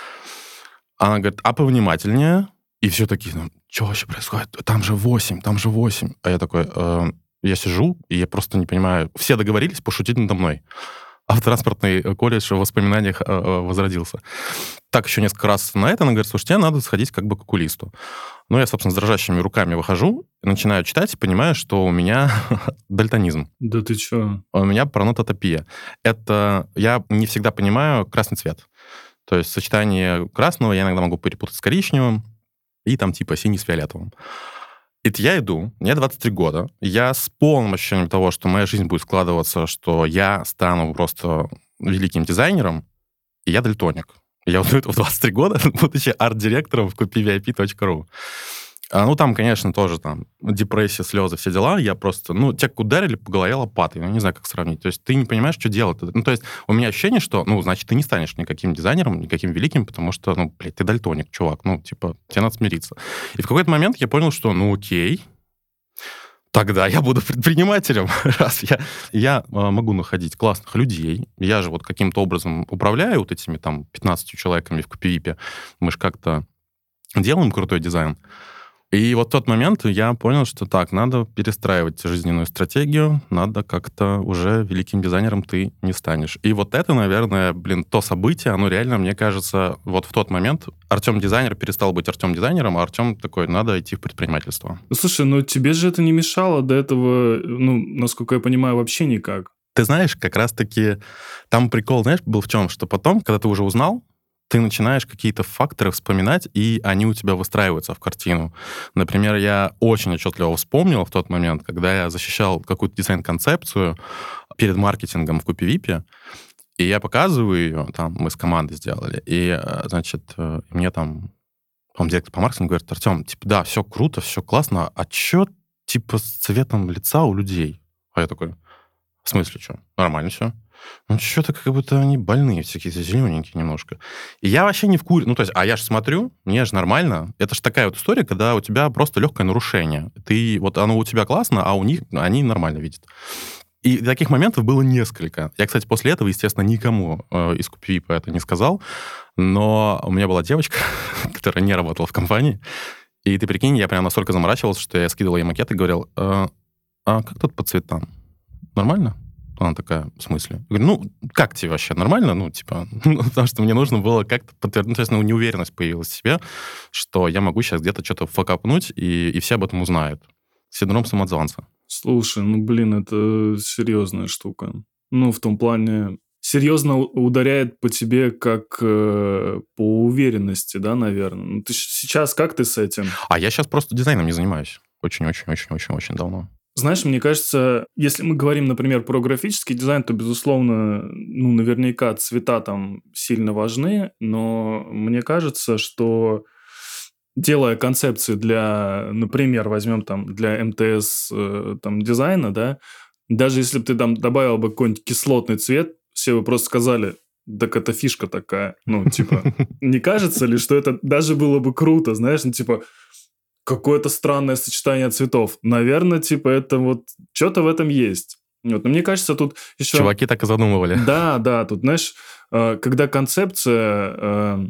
Она говорит, а повнимательнее? И все такие, ну, что вообще происходит? Там же 8, там же 8. А я такой, я сижу, и я просто не понимаю. Все договорились пошутить надо мной. Автотранспортный колледж в воспоминаниях возродился. Так еще несколько раз на это, она говорит, слушай, тебе надо сходить как бы к окулисту. Ну, я, собственно, с дрожащими руками выхожу, начинаю читать и понимаю, что у меня дальтонизм. Да ты чё? У меня паранототопия. Это я не всегда понимаю красный цвет. То есть сочетание красного я иногда могу перепутать с коричневым и там типа синий с фиолетовым. И я иду, мне 23 года, я с полным ощущением того, что моя жизнь будет складываться, что я стану просто великим дизайнером, и я дальтоник. Я узнаю это в 23 года, будучи арт-директором в kupivip.ru. Там, конечно, тоже там депрессия, слезы, все дела. Я просто, тебя ударили по голове лопатой. Я не знаю, как сравнить. То есть ты не понимаешь, что делать. То есть у меня ощущение, что, значит, ты не станешь никаким дизайнером, никаким великим, потому что, ты дальтоник, чувак. Тебе надо смириться. И в какой-то момент я понял, что, окей, тогда я буду предпринимателем, раз я могу находить классных людей. Я же вот каким-то образом управляю вот этими там 15 человеками в Купивипе. Мы же как-то делаем крутой дизайн. И вот в тот момент я понял, что так, надо перестраивать жизненную стратегию, надо как-то уже великим дизайнером ты не станешь. И вот это, наверное, то событие, оно реально, мне кажется, вот в тот момент Артем-дизайнер перестал быть Артем-дизайнером, а Артем такой, надо идти в предпринимательство. Слушай, тебе же это не мешало до этого, насколько я понимаю, вообще никак. Ты знаешь, как раз-таки там прикол, знаешь, был в чем, что потом, когда ты уже узнал, ты начинаешь какие-то факторы вспоминать, и они у тебя выстраиваются в картину. Например, я очень отчетливо вспомнил в тот момент, когда я защищал какую-то дизайн-концепцию перед маркетингом в Купивипе, и я показываю ее, там мы с командой сделали, и, значит, мне там, по-моему, директор по маркетингу говорит, Артем, да, все круто, все классно, а что, с цветом лица у людей? А я такой, в смысле, что? Нормально все. Что-то как будто они больные, все какие-то зелененькие немножко. И я вообще не в куре. Я же смотрю, мне же нормально. Это же такая вот история, когда у тебя просто легкое нарушение. Оно у тебя классно, а у них они нормально видят. И таких моментов было несколько. Я, кстати, после этого, естественно, никому из Купивипа это не сказал, но у меня была девочка, которая не работала в компании, и ты прикинь, я прям настолько заморачивался, что я скидывал ей макет и говорил, а как тут по цветам? Нормально? Она такая, в смысле? Я говорю, как тебе вообще? Нормально? Потому что мне нужно было как-то подтвердить, то есть, неуверенность появилась в себе, что я могу сейчас где-то что-то факапнуть, и все об этом узнают. Синдром самозванца. Слушай, это серьезная штука. В том плане, серьезно ударяет по тебе как по уверенности, да, наверное. Ты сейчас как ты с этим? А я сейчас просто дизайном не занимаюсь. Очень-очень-очень-очень-очень давно. Знаешь, мне кажется, если мы говорим, например, про графический дизайн, то, безусловно, наверняка цвета там сильно важны, но мне кажется, что делая концепции для, например, возьмем там для МТС там дизайна, да, даже если бы ты там добавил бы какой-нибудь кислотный цвет, все бы просто сказали, так это фишка такая. Не кажется ли, что это даже было бы круто, знаешь, какое-то странное сочетание цветов. Наверное, это вот что-то в этом есть. Но мне кажется, тут еще... Чуваки так и задумывали. Да, тут, знаешь, когда концепция,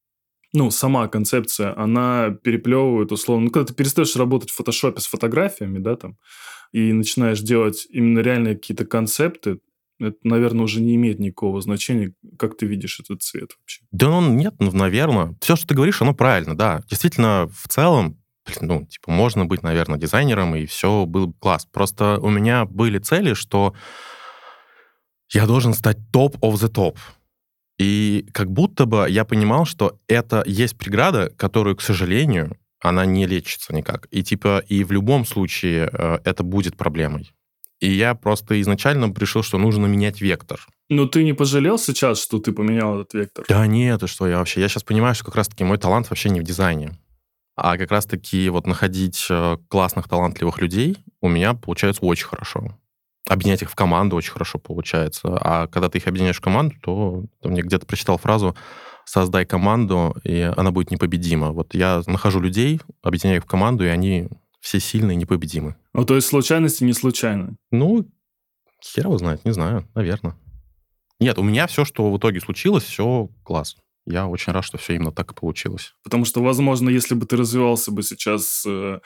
сама концепция, она переплевывает условно... когда ты перестаешь работать в фотошопе с фотографиями, да, там, и начинаешь делать именно реальные какие-то концепты, это, наверное, уже не имеет никакого значения, как ты видишь этот цвет вообще. Да, нет, наверное. Все, что ты говоришь, оно правильно, да. Действительно, в целом, можно быть, наверное, дизайнером, и все был бы класс. Просто у меня были цели, что я должен стать топ of the top. И как будто бы я понимал, что это есть преграда, которую, к сожалению, она не лечится никак. И и в любом случае это будет проблемой. И я просто изначально решил, что нужно менять вектор. Но ты не пожалел сейчас, что ты поменял этот вектор? Да нет, и что я вообще... Я сейчас понимаю, что как раз-таки мой талант вообще не в дизайне. А как раз-таки вот находить классных, талантливых людей у меня получается очень хорошо. Объединять их в команду очень хорошо получается. А когда ты их объединяешь в команду, то мне где-то прочитал фразу «создай команду, и она будет непобедима». Вот я нахожу людей, объединяю их в команду, и они все сильные, непобедимы. Ну, то есть случайности не случайны? Ну, хер его знает, не знаю, наверное. Нет, у меня все, что в итоге случилось, все класс. Я очень рад, что все именно так и получилось. Потому что, возможно, если бы ты развивался бы сейчас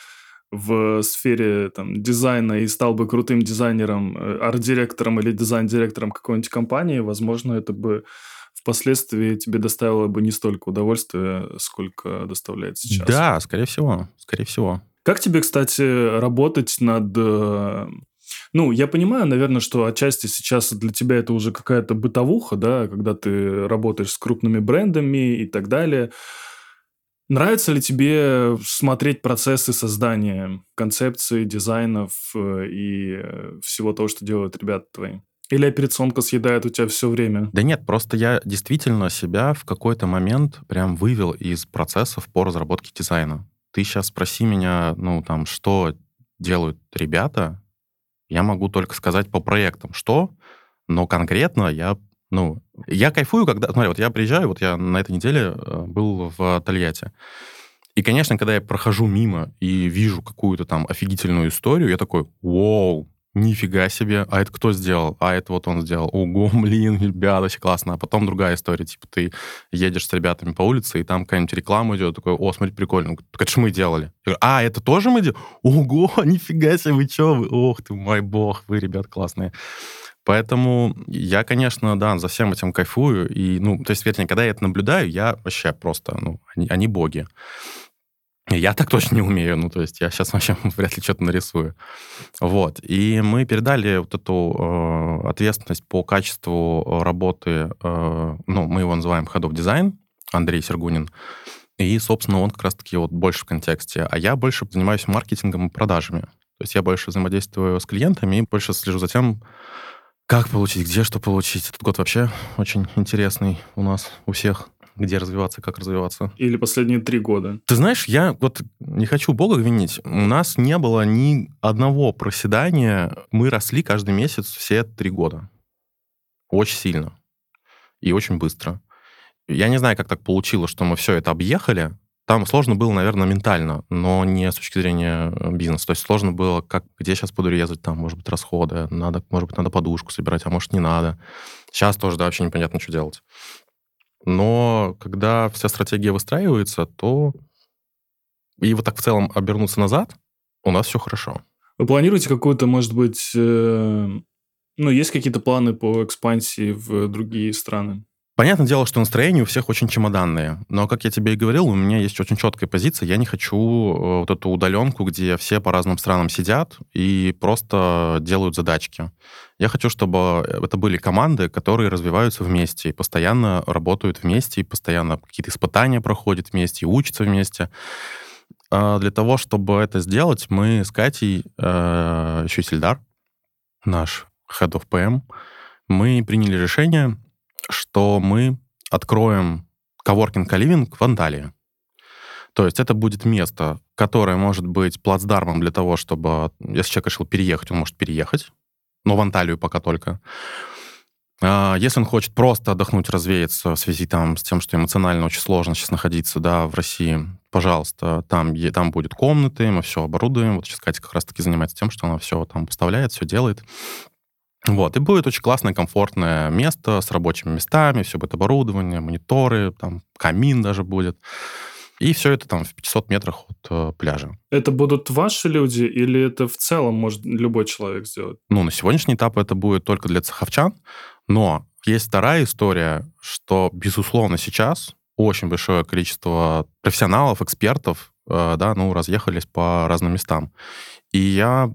в сфере дизайна и стал бы крутым дизайнером, арт-директором или дизайн-директором какой-нибудь компании, возможно, это бы впоследствии тебе доставило бы не столько удовольствия, сколько доставляет сейчас. Да, скорее всего, скорее всего. Как тебе, кстати, работать над... я понимаю, наверное, что отчасти сейчас для тебя это уже какая-то бытовуха, да, когда ты работаешь с крупными брендами и так далее. Нравится ли тебе смотреть процессы создания концепций, дизайнов и всего того, что делают ребята твои? Или операционка съедает у тебя все время? Да нет, просто я действительно себя в какой-то момент прям вывел из процессов по разработке дизайна. Ты сейчас спроси меня, что делают ребята, я могу только сказать по проектам, что, но конкретно я кайфую, когда... Смотри, вот я приезжаю, я на этой неделе был в Тольятти. И, конечно, когда я прохожу мимо и вижу какую-то там офигительную историю, я такой, вау, нифига себе, а это кто сделал? А это вот он сделал. Ого, блин, ребята, очень классно. А потом другая история, ты едешь с ребятами по улице, и там какая-нибудь реклама идет, такой, о, смотри, прикольно. Так это же мы делали. Я говорю, а, это тоже мы делали? Ого, нифига себе, вы чё? Ох ты мой бог, вы, ребят, классные. Поэтому я, конечно, да, за всем этим кайфую. И, вернее, когда я это наблюдаю, я вообще просто, они боги. Я так точно не умею, я сейчас вообще вряд ли что-то нарисую. Вот. И мы передали вот эту ответственность по качеству работы, мы его называем Head of Design, Андрей Сергунин. И, собственно, он как раз-таки больше в контексте. А я больше занимаюсь маркетингом и продажами. То есть я больше взаимодействую с клиентами и больше слежу за тем, как получить, где что получить. Этот год вообще очень интересный у нас, у всех. Где развиваться, как развиваться. Или последние 3 года? Ты знаешь, я не хочу Бога винить. У нас не было ни одного проседания. Мы росли каждый месяц все 3 года. Очень сильно. И очень быстро. Я не знаю, как так получилось, что мы все это объехали. Там сложно было, наверное, ментально, но не с точки зрения бизнеса. То есть сложно было, где сейчас буду резать, может быть, расходы. Может быть, надо подушку собирать, а может, не надо. Сейчас тоже, вообще непонятно, что делать. Но когда вся стратегия выстраивается, то и так в целом обернуться назад, у нас все хорошо. Вы планируете какую-то, может быть, есть какие-то планы по экспансии в другие страны? Понятное дело, что настроения у всех очень чемоданные. Но, как я тебе и говорил, у меня есть очень четкая позиция. Я не хочу вот эту удаленку, где все по разным странам сидят и просто делают задачки. Я хочу, чтобы это были команды, которые развиваются вместе и постоянно работают вместе, и постоянно какие-то испытания проходят вместе, и учатся вместе. Для того, чтобы это сделать, мы с Катей, еще и Сильдар, наш Head of PM, мы приняли решение, что мы откроем коворкинг-коливинг в Анталии. То есть это будет место, которое может быть плацдармом для того, чтобы, если человек решил переехать, он может переехать, но в Анталию пока только. Если он хочет просто отдохнуть, развеяться в связи с тем, что эмоционально очень сложно сейчас находиться, в России, пожалуйста, там будут комнаты, мы все оборудуем. Вот сейчас Катя как раз-таки занимается тем, что она все там поставляет, все делает. И будет очень классное, комфортное место с рабочими местами, все будет оборудование, мониторы, камин даже будет. И все это в 500 метрах от пляжа. Это будут ваши люди или это в целом может любой человек сделать? На сегодняшний этап это будет только для цеховчан, но есть вторая история, что, безусловно, сейчас очень большое количество профессионалов, экспертов, разъехались по разным местам. И я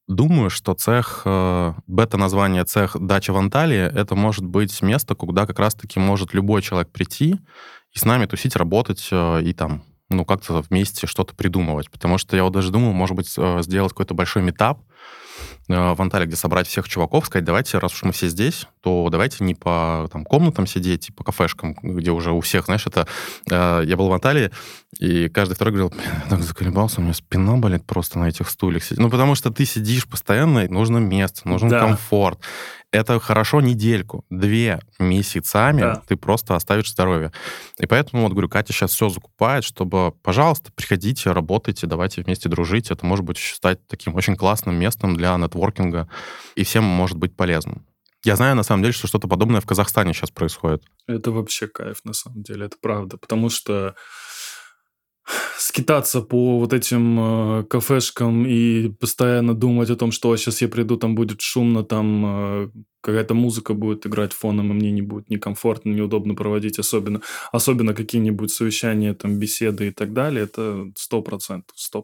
думаю, что цех, бета-название цех «Дача в Анталии» — это может быть место, куда как раз-таки может любой человек прийти и с нами тусить, работать и там, как-то вместе что-то придумывать. Потому что я вот даже думал, может быть, сделать какой-то большой митап в Анталии, где собрать всех чуваков, сказать, давайте, раз уж мы все здесь, то давайте не по комнатам сидеть, и по кафешкам, где уже у всех, знаешь, это... Я был в Анталии, и каждый второй говорил, я так заколебался, у меня спина болит просто на этих стульях сидеть. Потому что ты сидишь постоянно, нужно место, нужен комфорт. Это хорошо недельку, 2 месяцами ты просто оставишь здоровье. И поэтому, говорю, Катя сейчас все закупает, чтобы, пожалуйста, приходите, работайте, давайте вместе дружить. Это может быть стать таким очень классным местом для нетворкинга, и всем может быть полезным. Я знаю, на самом деле, что что-то подобное в Казахстане сейчас происходит. Это вообще кайф, на самом деле, это правда. Потому что скитаться по вот этим кафешкам и постоянно думать о том, что сейчас я приду, там будет шумно, там какая-то музыка будет играть фоном, и мне не будет некомфортно, неудобно проводить, особенно какие-нибудь совещания, там, беседы и так далее, это 100%.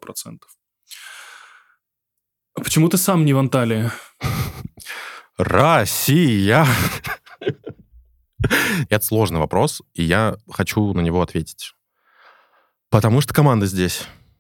А почему ты сам не в Анталии? Россия! Это сложный вопрос, и я хочу на него ответить. Потому что команда здесь.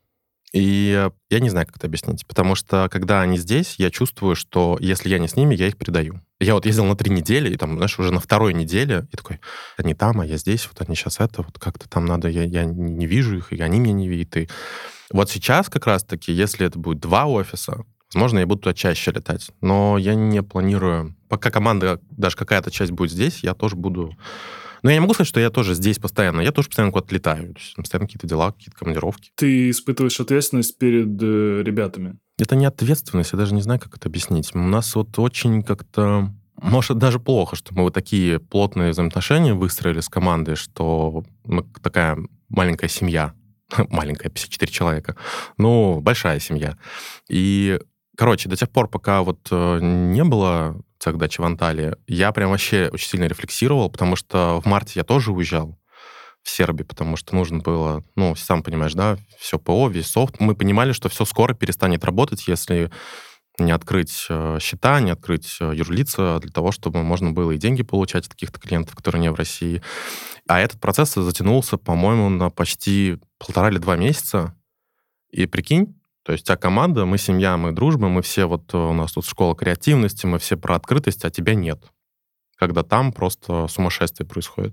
И я не знаю, как это объяснить. Потому что, когда они здесь, я чувствую, что если я не с ними, я их предаю. Я вот ездил на 3 недели, и там, знаешь, уже на 2-й неделе, и такой, они там, а я здесь, вот они сейчас вот как-то там надо, я не вижу их, и они меня не видят. И вот сейчас как раз-таки, если это будет 2 офиса, возможно, я буду туда чаще летать. Но я не планирую... Пока команда, даже какая-то часть будет здесь, я тоже буду... Но я не могу сказать, что я тоже здесь постоянно. Я тоже постоянно куда-то летаю. То есть, постоянно какие-то дела, какие-то командировки. Ты испытываешь ответственность перед ребятами? Это не ответственность, я даже не знаю, как это объяснить. У нас вот очень как-то... Может, даже плохо, что мы вот такие плотные взаимоотношения выстроили с командой, что мы такая маленькая семья. Маленькая, 54 человека. Большая семья. И, короче, до тех пор, пока вот не было цех «Дачи в Анталии», я прям вообще очень сильно рефлексировал, потому что в марте я тоже уезжал в Сербию, потому что нужно было, сам понимаешь, да, все ПО, весь софт. Мы понимали, что все скоро перестанет работать, если не открыть счета, не открыть юрлица для того, чтобы можно было и деньги получать от каких-то клиентов, которые не в России. А этот процесс затянулся, по-моему, на почти 1,5 или 2 месяца. И прикинь, то есть вся команда, мы семья, мы дружба, мы все у нас тут школа креативности, мы все про открытость, а тебя нет. Когда там просто сумасшествие происходит.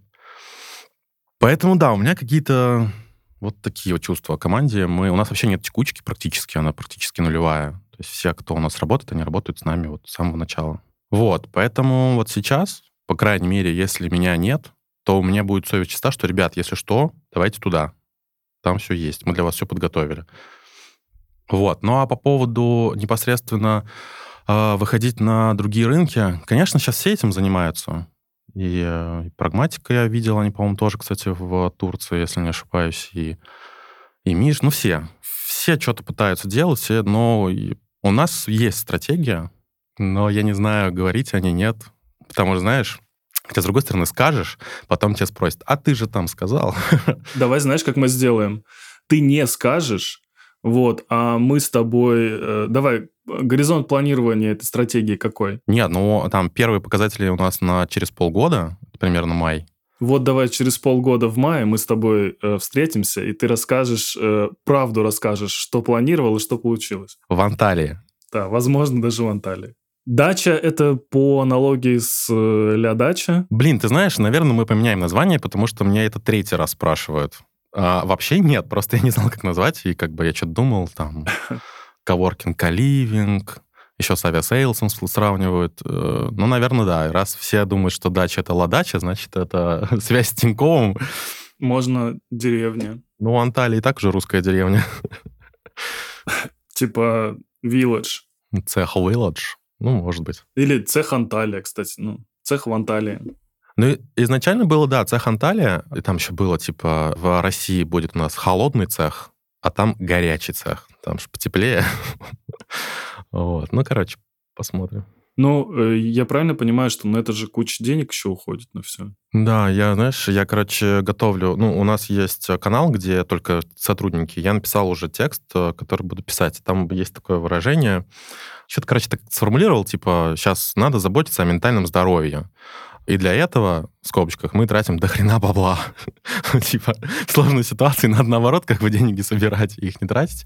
Поэтому, да, у меня какие-то вот такие вот чувства о команде. У нас вообще нет текучки практически, она практически нулевая. То есть все, кто у нас работает, они работают с нами вот с самого начала. Вот, поэтому вот сейчас, по крайней мере, если меня нет, то у меня будет совесть чиста, что, ребят, если что, давайте туда. Там все есть, мы для вас все подготовили. Вот. А по поводу непосредственно выходить на другие рынки, конечно, сейчас все этим занимаются. И Прагматика я видел, они, по-моему, тоже, кстати, в Турции, если не ошибаюсь, и Миш, все. Все что-то пытаются делать, но у нас есть стратегия, но я не знаю, говорить они нет. Потому что, знаешь, хотя, с другой стороны, скажешь, потом тебя спросят, а ты же там сказал. Давай, знаешь, как мы сделаем? Ты не скажешь, а мы с тобой... Давай, горизонт планирования этой стратегии какой? Нет, там первые показатели у нас через полгода, примерно май. Вот давай через полгода в мае мы с тобой встретимся, и ты правду расскажешь, что планировал и что получилось. В Анталии. Да, возможно, даже в Анталии. Дача — это по аналогии с Ля Дача? Блин, ты знаешь, наверное, мы поменяем название, потому что меня это 3-й раз спрашивают. Вообще нет, просто я не знал, как назвать, и я что-то думал, там, коворкинг, коливинг, еще с авиасейлсом сравнивают. Наверное, да. Раз все думают, что дача — это ла-дача, значит, это связь с Тиньковым. Можно деревня. Анталия и так уже русская деревня. Типа village. Цех village. Может быть. Или цех Анталия, кстати. Цех в Анталии. Изначально было, да, цех Анталия, и там еще было, в России будет у нас холодный цех, а там горячий цех. Там же потеплее. Вот. Посмотрим. Я правильно понимаю, что на это же куча денег еще уходит на все? Да, короче, готовлю. Ну, у нас есть канал, где только сотрудники. Я написал уже текст, который буду писать. Там есть такое выражение. Что-то, короче, так сформулировал, типа, сейчас надо заботиться о ментальном здоровье. И для этого, в скобочках, мы тратим до хрена бабла. Типа, в сложной ситуации надо, наоборот, как бы деньги собирать и их не тратить.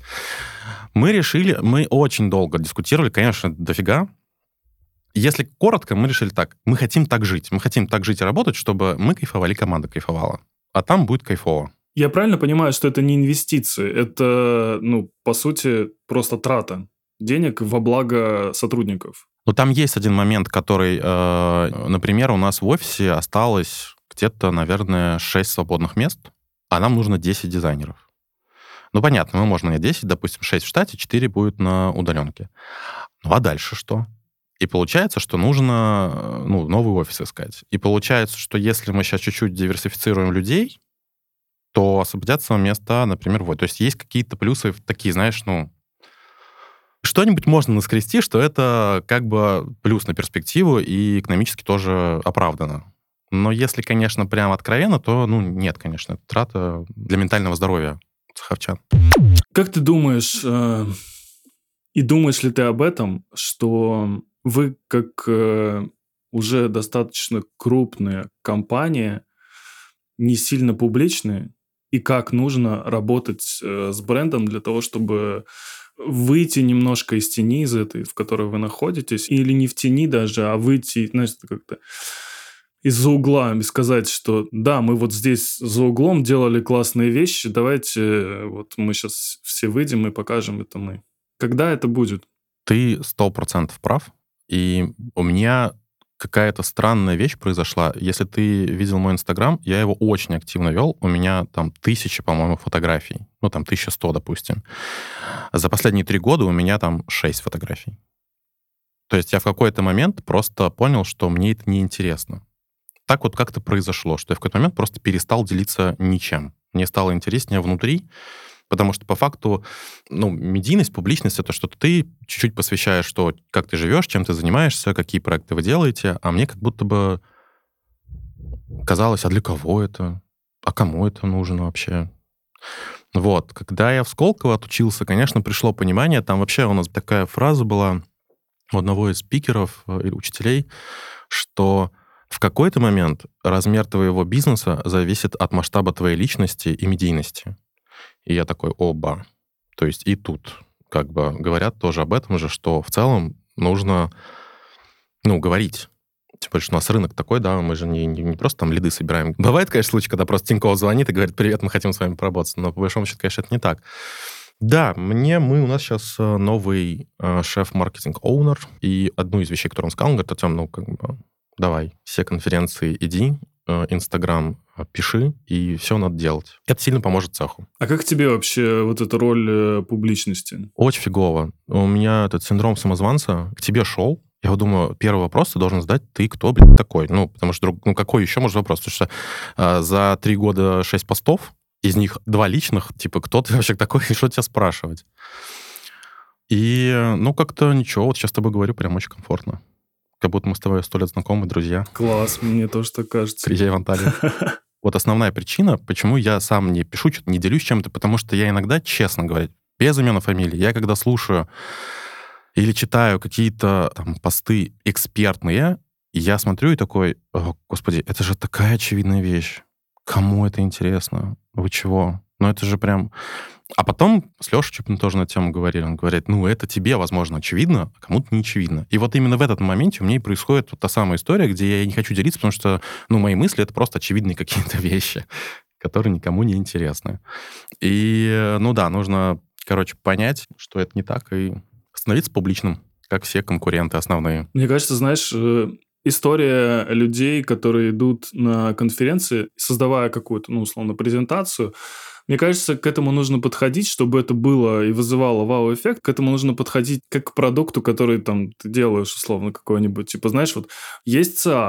Мы очень долго дискутировали, конечно, дофига. Если коротко, мы решили так. Мы хотим так жить. Мы хотим так жить и работать, чтобы мы кайфовали, команда кайфовала. А там будет кайфово. Я правильно понимаю, что это не инвестиции, это, по сути, просто трата денег во благо сотрудников? Но там есть один момент, который, например, у нас в офисе осталось где-то, наверное, 6 свободных мест, а нам нужно 10 дизайнеров. Ну, понятно, мы можем нанять 10, допустим, 6 в штате, 4 будет на удаленке. Ну, а дальше что? И получается, что нужно новый офис искать. И получается, что если мы сейчас чуть-чуть диверсифицируем людей, то освободятся места, например, вот. То есть есть какие-то плюсы такие, знаешь, что-нибудь можно наскрести, что это как бы плюс на перспективу и экономически тоже оправдано. Но если, конечно, прям откровенно, то, нет, конечно, это трата для ментального здоровья саховчан. Как ты думаешь, и думаешь ли ты об этом, что вы, как уже достаточно крупная компания, не сильно публичные, и как нужно работать с брендом для того, чтобы выйти немножко из тени, из этой, в которой вы находитесь, или не в тени даже, а выйти, знаешь, как-то из-за угла и сказать, что да, мы вот здесь за углом делали классные вещи, давайте вот мы сейчас все выйдем и покажем, это мы. Когда это будет? Ты 100% прав. И у меня какая-то странная вещь произошла. Если ты видел мой Инстаграм, я его очень активно вел. У меня там 1000, по-моему, фотографий. 1100, допустим. За последние 3 года у меня там 6 фотографий. То есть я в какой-то момент просто понял, что мне это неинтересно. Так вот как-то произошло, что я в какой-то момент просто перестал делиться ничем. Мне стало интереснее внутри, потому что по факту, медийность, публичность — это что-то ты чуть-чуть посвящаешь, что, как ты живешь, чем ты занимаешься, какие проекты вы делаете, а мне как будто бы казалось, а для кого это? А кому это нужно вообще? Вот. Когда я в Сколково отучился, конечно, пришло понимание, там вообще у нас такая фраза была у одного из спикеров или учителей, что в какой-то момент размер твоего бизнеса зависит от масштаба твоей личности и медийности. И я такой, оба. То есть и тут как бы говорят тоже об этом же, что в целом нужно, говорить. Тем более, что у нас рынок такой, да, мы же не просто там лиды собираем. Бывает, конечно, случай, когда просто Тинькофф звонит и говорит, привет, мы хотим с вами поработать, но по большому счету, конечно, это не так. Да, у нас сейчас новый шеф-маркетинг-оунер, и одну из вещей, которую он сказал, он говорит, Артем, давай, все конференции иди, Инстаграм пиши, и все надо делать. Это сильно поможет цеху. А как тебе вообще вот эта роль публичности? Очень фигово. У меня этот синдром самозванца к тебе шел. Я вот думаю, первый вопрос ты должен задать, ты кто, такой? Потому что, какой еще может вопрос? Потому что за 3 года 6 постов, из них 2 личных, типа, кто ты вообще такой, и что тебя спрашивать? И, как-то ничего, вот сейчас с тобой говорю, прям очень комфортно. Как будто мы с тобой 100 лет знакомы, друзья. Класс, мне тоже так кажется. Приезжай в Анталию. Вот основная причина, почему я сам не пишу, что-то не делюсь чем-то, потому что я иногда, честно говоря, без имен и фамилий, я когда слушаю или читаю какие-то там посты экспертные, я смотрю и такой, господи, это же такая очевидная вещь. Кому это интересно? Вы чего? Это же прям... А потом с Лешей Чупиным тоже на эту тему говорили. Он говорит, это тебе, возможно, очевидно, а кому-то не очевидно. И вот именно в этот моменте у меня и происходит вот та самая история, где я не хочу делиться, потому что, мои мысли — это просто очевидные какие-то вещи, которые никому не интересны. И, нужно, понять, что это не так, и становиться публичным, как все конкуренты основные. Мне кажется, знаешь, история людей, которые идут на конференции, создавая какую-то, условно, презентацию, мне кажется, к этому нужно подходить, чтобы это было и вызывало вау-эффект. К этому нужно подходить как к продукту, который там ты делаешь, условно, какой-нибудь. Типа, знаешь, вот есть ЦА,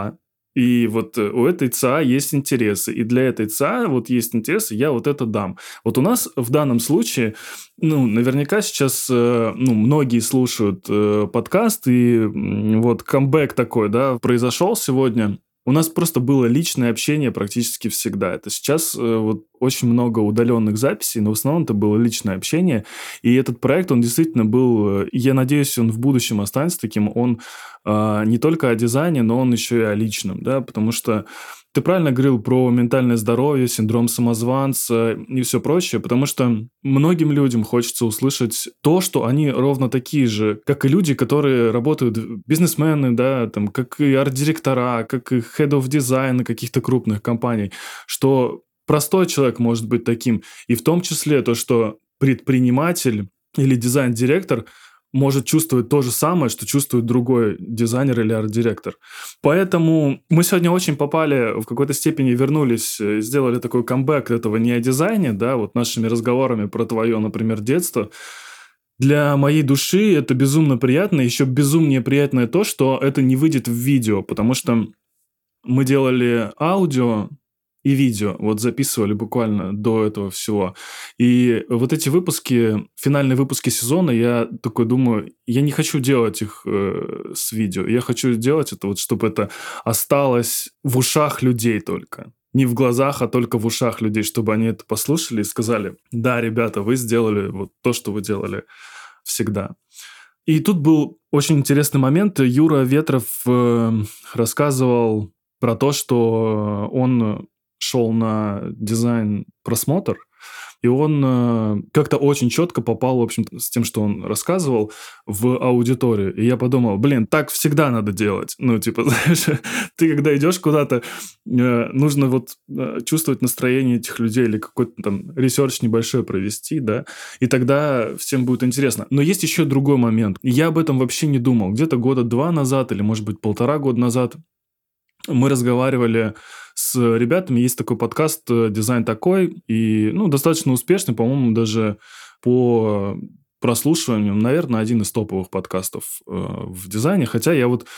И вот у этой ЦА есть интересы. И для этой ЦА вот есть интересы, я вот это дам. Вот у нас в данном случае, наверняка сейчас, многие слушают подкаст, и вот камбэк такой, да, произошел сегодня. У нас просто было личное общение практически всегда. Это сейчас вот очень много удаленных записей, но в основном это было личное общение. И этот проект, он действительно был, я надеюсь, он в будущем останется таким. Он не только о дизайне, но он еще и о личном, да, потому что ты правильно говорил про ментальное здоровье, синдром самозванца и все прочее, потому что многим людям хочется услышать то, что они ровно такие же, как и люди, которые работают, бизнесмены, да, там, как и арт-директора, как и head of design каких-то крупных компаний, что простой человек может быть таким, и в том числе то, что предприниматель или дизайн-директор может чувствовать то же самое, что чувствует другой дизайнер или арт-директор. Поэтому мы сегодня очень попали, в какой-то степени вернулись, сделали такой камбэк этого не о дизайне, да, вот нашими разговорами про твое, например, детство. Для моей души это безумно приятно. Еще безумнее приятно то, что это не выйдет в видео, потому что мы делали аудио и видео, вот записывали буквально до этого всего. И вот эти выпуски, финальные выпуски сезона, я такой думаю, я не хочу делать их с видео. Я хочу делать это вот, чтобы это осталось в ушах людей только. Не в глазах, а только в ушах людей, чтобы они это послушали и сказали, да, ребята, вы сделали вот то, что вы делали всегда. И тут был очень интересный момент. Юра Ветров рассказывал про то, что он шел на дизайн-просмотр, и он как-то очень четко попал, в общем, с тем, что он рассказывал, в аудиторию. И я подумал, так всегда надо делать. Знаешь, ты когда идешь куда-то, нужно вот чувствовать настроение этих людей или какой-то там ресерч небольшой провести, да, и тогда всем будет интересно. Но есть еще другой момент. Я об этом вообще не думал. Где-то года 2 назад или, может быть, 1,5 года назад мы разговаривали с ребятами, есть такой подкаст «Дизайн такой», и, достаточно успешный, по-моему, даже по прослушиваниям, наверное, один из топовых подкастов в дизайне, хотя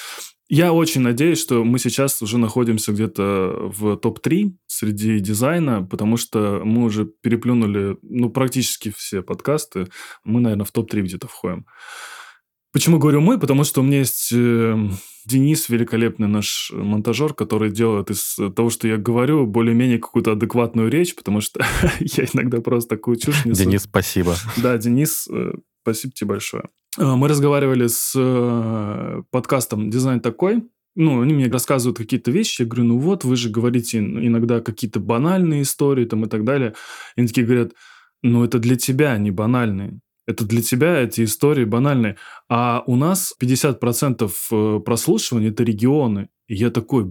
я очень надеюсь, что мы сейчас уже находимся где-то в топ-3 среди дизайна, потому что мы уже переплюнули, практически все подкасты, мы, наверное, в топ-3 где-то входим. Почему говорю мы? Потому что у меня есть Денис, великолепный наш монтажер, который делает из того, что я говорю, более-менее какую-то адекватную речь, потому что я иногда просто такую чушь несу. Денис, спасибо. Да, Денис, спасибо тебе большое. Мы разговаривали с подкастом «Дизайн такой». Они мне рассказывают какие-то вещи. Я говорю, вот, вы же говорите иногда какие-то банальные истории там, и так далее. И они такие говорят, это для тебя не банальные. Это для тебя эти истории банальные. А у нас 50% прослушивания – это регионы. И я такой,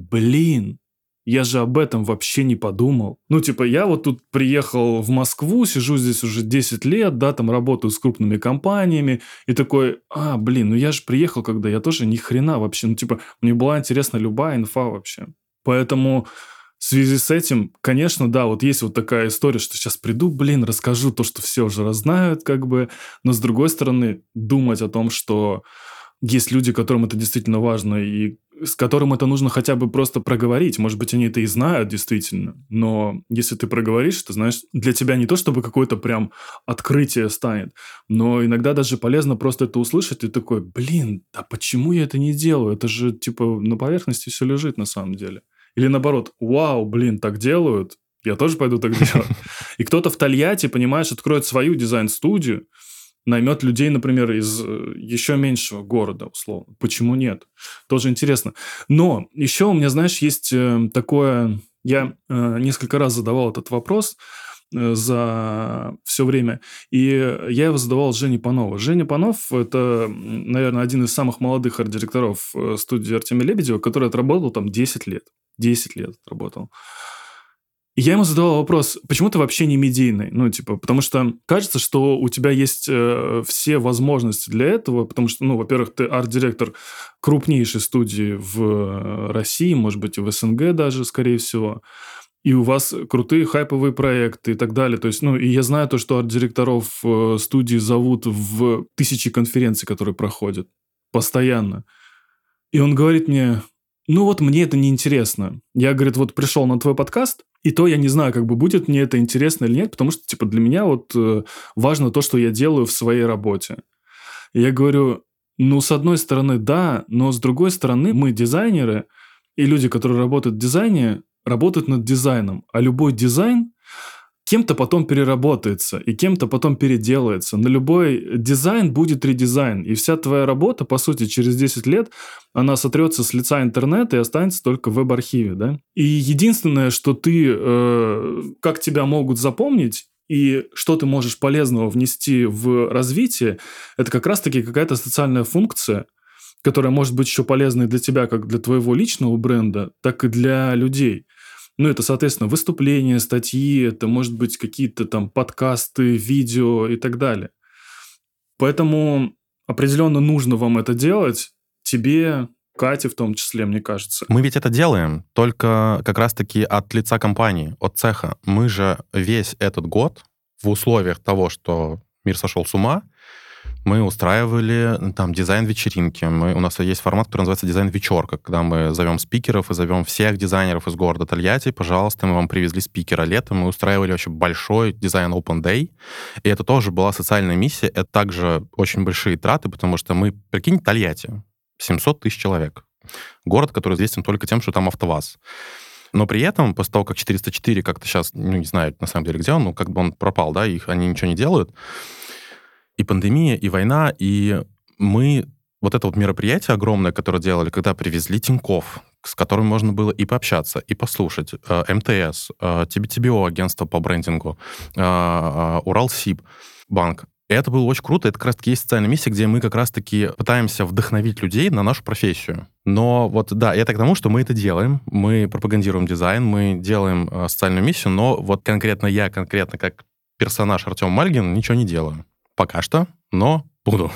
я же об этом вообще не подумал. Я вот тут приехал в Москву, сижу здесь уже 10 лет, да, там работаю с крупными компаниями. И такой, я же приехал, когда я тоже ни хрена вообще. Мне была интересна любая инфа вообще. Поэтому в связи с этим, конечно, да, вот есть вот такая история, что сейчас приду, расскажу то, что все уже знают, но с другой стороны, думать о том, что есть люди, которым это действительно важно, и с которым это нужно хотя бы просто проговорить. Может быть, они это и знают действительно, но если ты проговоришь, ты знаешь, для тебя не то, чтобы какое-то прям открытие станет, но иногда даже полезно просто это услышать, и такой, да почему я это не делаю? Это же, на поверхности все лежит на самом деле. Или наоборот, вау, так делают, я тоже пойду так делать. И кто-то в Тольятти, понимаешь, откроет свою дизайн-студию, наймет людей, например, из еще меньшего города, условно. Почему нет? Тоже интересно. Но еще у меня, знаешь, есть такое... Я несколько раз задавал этот вопрос за все время, и я его задавал Жене Панову. Женя Панов – это, наверное, один из самых молодых арт-директоров студии Артемия Лебедева, который отработал там 10 лет. 10 лет отработал. И я ему задавал вопрос, почему ты вообще не медийный? Потому что кажется, что у тебя есть все возможности для этого, потому что, во-первых, ты арт-директор крупнейшей студии в России, может быть, и в СНГ даже, скорее всего. И у вас крутые хайповые проекты и так далее. То есть, и я знаю то, что арт-директоров студии зовут в 1000 конференций, которые проходят постоянно. И он говорит мне, ну вот мне это неинтересно. Я, говорит, вот пришел на твой подкаст, и то я не знаю, как бы будет мне это интересно или нет, потому что, типа, для меня вот важно то, что я делаю в своей работе. И я говорю, ну, с одной стороны, да, но с другой стороны, мы дизайнеры, и люди, которые работают в дизайне, работают над дизайном. А любой дизайн кем-то потом переработается, и кем-то потом переделается. На любой дизайн будет редизайн. И вся твоя работа, по сути, через 10 лет, она сотрется с лица интернета и останется только в веб-архиве, да? И единственное, что ты, как тебя могут запомнить, и что ты можешь полезного внести в развитие, это как раз-таки какая-то социальная функция, которая может быть еще полезной для тебя, как для твоего личного бренда, так и для людей. Ну, это, соответственно, выступления, статьи, это, может быть, какие-то там подкасты, видео и так далее. Поэтому определенно нужно вам это делать, тебе, Кате в том числе, мне кажется. Мы ведь это делаем только как раз-таки от лица компании, от цеха. Мы же весь этот год в условиях того, что мир сошел с ума, мы устраивали там дизайн-вечеринки. У нас есть формат, который называется дизайн-вечерка, когда мы зовем спикеров и зовем всех дизайнеров из города Тольятти. Пожалуйста, мы вам привезли спикера. Летом мы устраивали вообще большой дизайн Open Day. И это тоже была социальная миссия. Это также очень большие траты, потому что мы, прикинь, Тольятти, 700 тысяч человек. Город, который известен только тем, что там АвтоВАЗ. Но при этом, после того, как 404 как-то сейчас, ну, не знаю, на самом деле, где он, ну, как бы он пропал, да, они ничего не делают. И пандемия, и война, и мы вот это вот мероприятие огромное, которое делали, когда привезли Тинькофф, с которым можно было и пообщаться, и послушать, МТС, TBO, агентство по брендингу, Уралсиб, банк. И это было очень круто. Это как раз-таки есть социальная миссия, где мы как раз-таки пытаемся вдохновить людей на нашу профессию. Но вот, да, это к тому, что мы это делаем. Мы пропагандируем дизайн, мы делаем социальную миссию, но вот конкретно я, конкретно как персонаж Артем Мальгин, ничего не делаю. Пока что, но буду.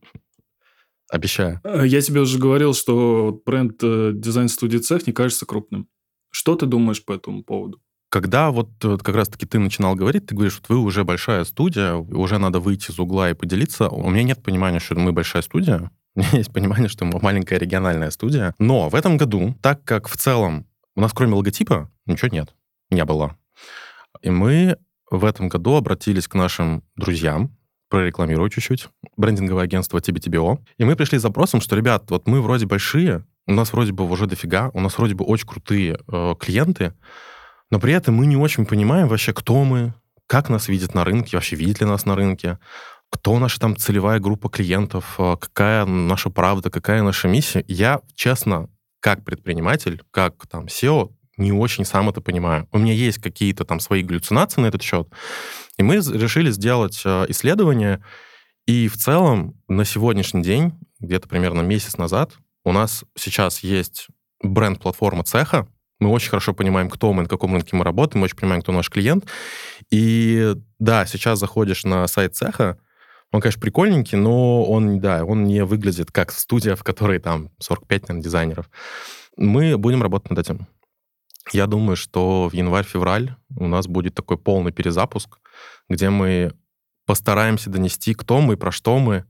Обещаю. Я тебе уже говорил, что бренд дизайн-студии «Цех» не кажется крупным. Что ты думаешь по этому поводу? Когда вот как раз-таки ты начинал говорить, ты говоришь, вот вы уже большая студия, уже надо выйти из угла и поделиться. У меня нет понимания, что мы большая студия. У меня есть понимание, что мы маленькая региональная студия. Но в этом году, так как в целом у нас кроме логотипа ничего нет, не было. И мы в этом году обратились к нашим друзьям, прорекламирую чуть-чуть, брендинговое агентство TBO. И мы пришли с запросом, что, ребят, вот мы вроде большие, у нас вроде бы уже дофига, у нас вроде бы очень крутые клиенты, но при этом мы не очень понимаем вообще, кто мы, как нас видят на рынке, вообще видят ли нас на рынке, кто наша там целевая группа клиентов, какая наша правда, какая наша миссия. Я, честно, как предприниматель, как там SEO, не очень сам это понимаю. У меня есть какие-то там свои галлюцинации на этот счет. И мы решили сделать исследование. И в целом на сегодняшний день, где-то примерно месяц назад, у нас сейчас есть бренд-платформа цеха. Мы очень хорошо понимаем, кто мы, на каком рынке мы работаем, мы очень понимаем, кто наш клиент. И да, сейчас заходишь на сайт цеха, он, конечно, прикольненький, но он не выглядит как студия, в которой там 45, наверное, дизайнеров. Мы будем работать над этим. Я думаю, что в январь-февраль у нас будет такой полный перезапуск, где мы постараемся донести, кто мы, про что мы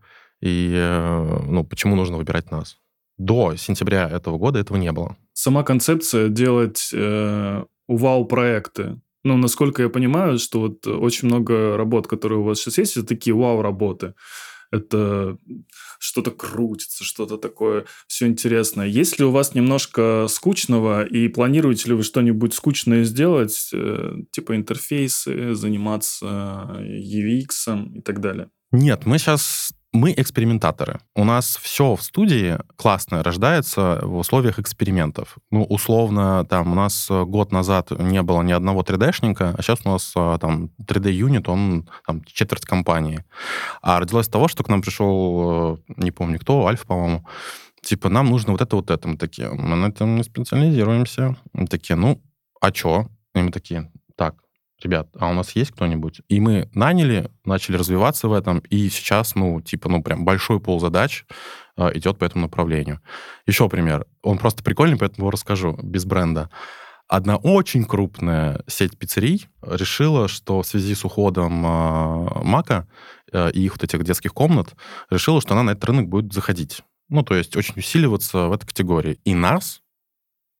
и почему нужно выбирать нас. До сентября этого года этого не было. Сама концепция делать вау-проекты. Ну, насколько я понимаю, что вот очень много работ, которые у вас сейчас есть, это такие вау-работы. Это что-то крутится, что-то такое, все интересное. Есть ли у вас немножко скучного, и планируете ли вы что-нибудь скучное сделать, типа интерфейсы, заниматься UX и так далее? Нет, мы экспериментаторы. У нас все в студии классное рождается в условиях экспериментов. Ну, условно, там у нас год назад не было ни одного 3D-шника, а сейчас у нас там 3D-юнит, он там четверть компании. А родилось от того, что к нам пришел, не помню кто, Альфа, по-моему, типа, нам нужно вот это. Мы такие, мы на этом не специализируемся. Мы такие, ну, а чё? И мы такие, так, ребят, а у нас есть кто-нибудь? И мы наняли, начали развиваться в этом, и сейчас, прям большой пул задач идет по этому направлению. Еще пример. Он просто прикольный, поэтому его расскажу, без бренда. Одна очень крупная сеть пиццерий решила, что в связи с уходом Мака и их вот этих детских комнат, решила, что она на этот рынок будет заходить. Ну, то есть очень усиливаться в этой категории. И нас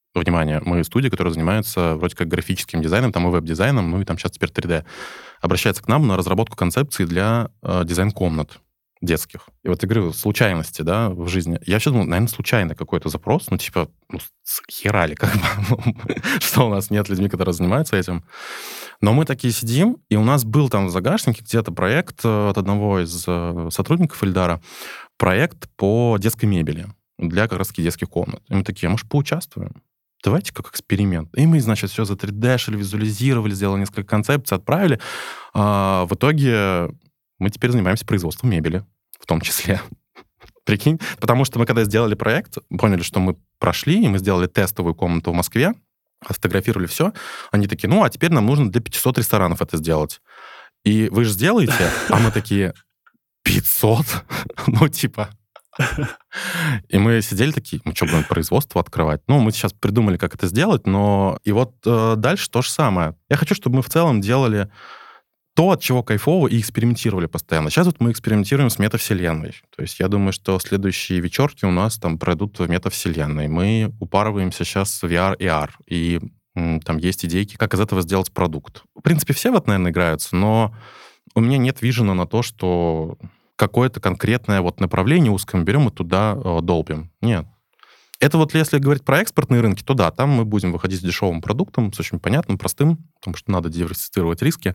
внимание, мы студия, которая занимается вроде как графическим дизайном, там и веб-дизайном, ну и там сейчас теперь 3D, обращается к нам на разработку концепции для дизайн-комнат детских. И вот я говорю, случайности, да, в жизни. Я вообще думал, наверное, случайно какой-то запрос, херали, как бы, что у нас нет людей, которые занимаются этим. Но мы такие сидим, и у нас был там в загашнике где-то проект от одного из сотрудников Ильдара, проект по детской мебели для как раз-таки детских комнат. И мы такие, может, поучаствуем? Давайте как эксперимент. И мы, значит, все за3D-шили, визуализировали, сделали несколько концепций, отправили. В итоге мы теперь занимаемся производством мебели, в том числе. Прикинь? Потому что мы, когда сделали проект, поняли, что мы прошли, и мы сделали тестовую комнату в Москве, сфотографировали все. Они такие, а теперь нам нужно для 500 ресторанов это сделать. И вы же сделаете? А мы такие, 500? И мы сидели такие, мы что, будем производство открывать? Мы сейчас придумали, как это сделать, но... И вот дальше то же самое. Я хочу, чтобы мы в целом делали то, от чего кайфово, и экспериментировали постоянно. Сейчас вот мы экспериментируем с метавселенной. То есть я думаю, что следующие вечерки у нас там пройдут в метавселенной. Мы упарываемся сейчас с VR и AR. И там есть идейки, как из этого сделать продукт. В принципе, все вот, наверное, играются, но у меня нет вижена на то, что какое-то конкретное вот направление узкое мы берем и туда долбим. Нет. Это вот если говорить про экспортные рынки, то да, там мы будем выходить с дешевым продуктом, с очень понятным, простым, потому что надо диверсифицировать риски.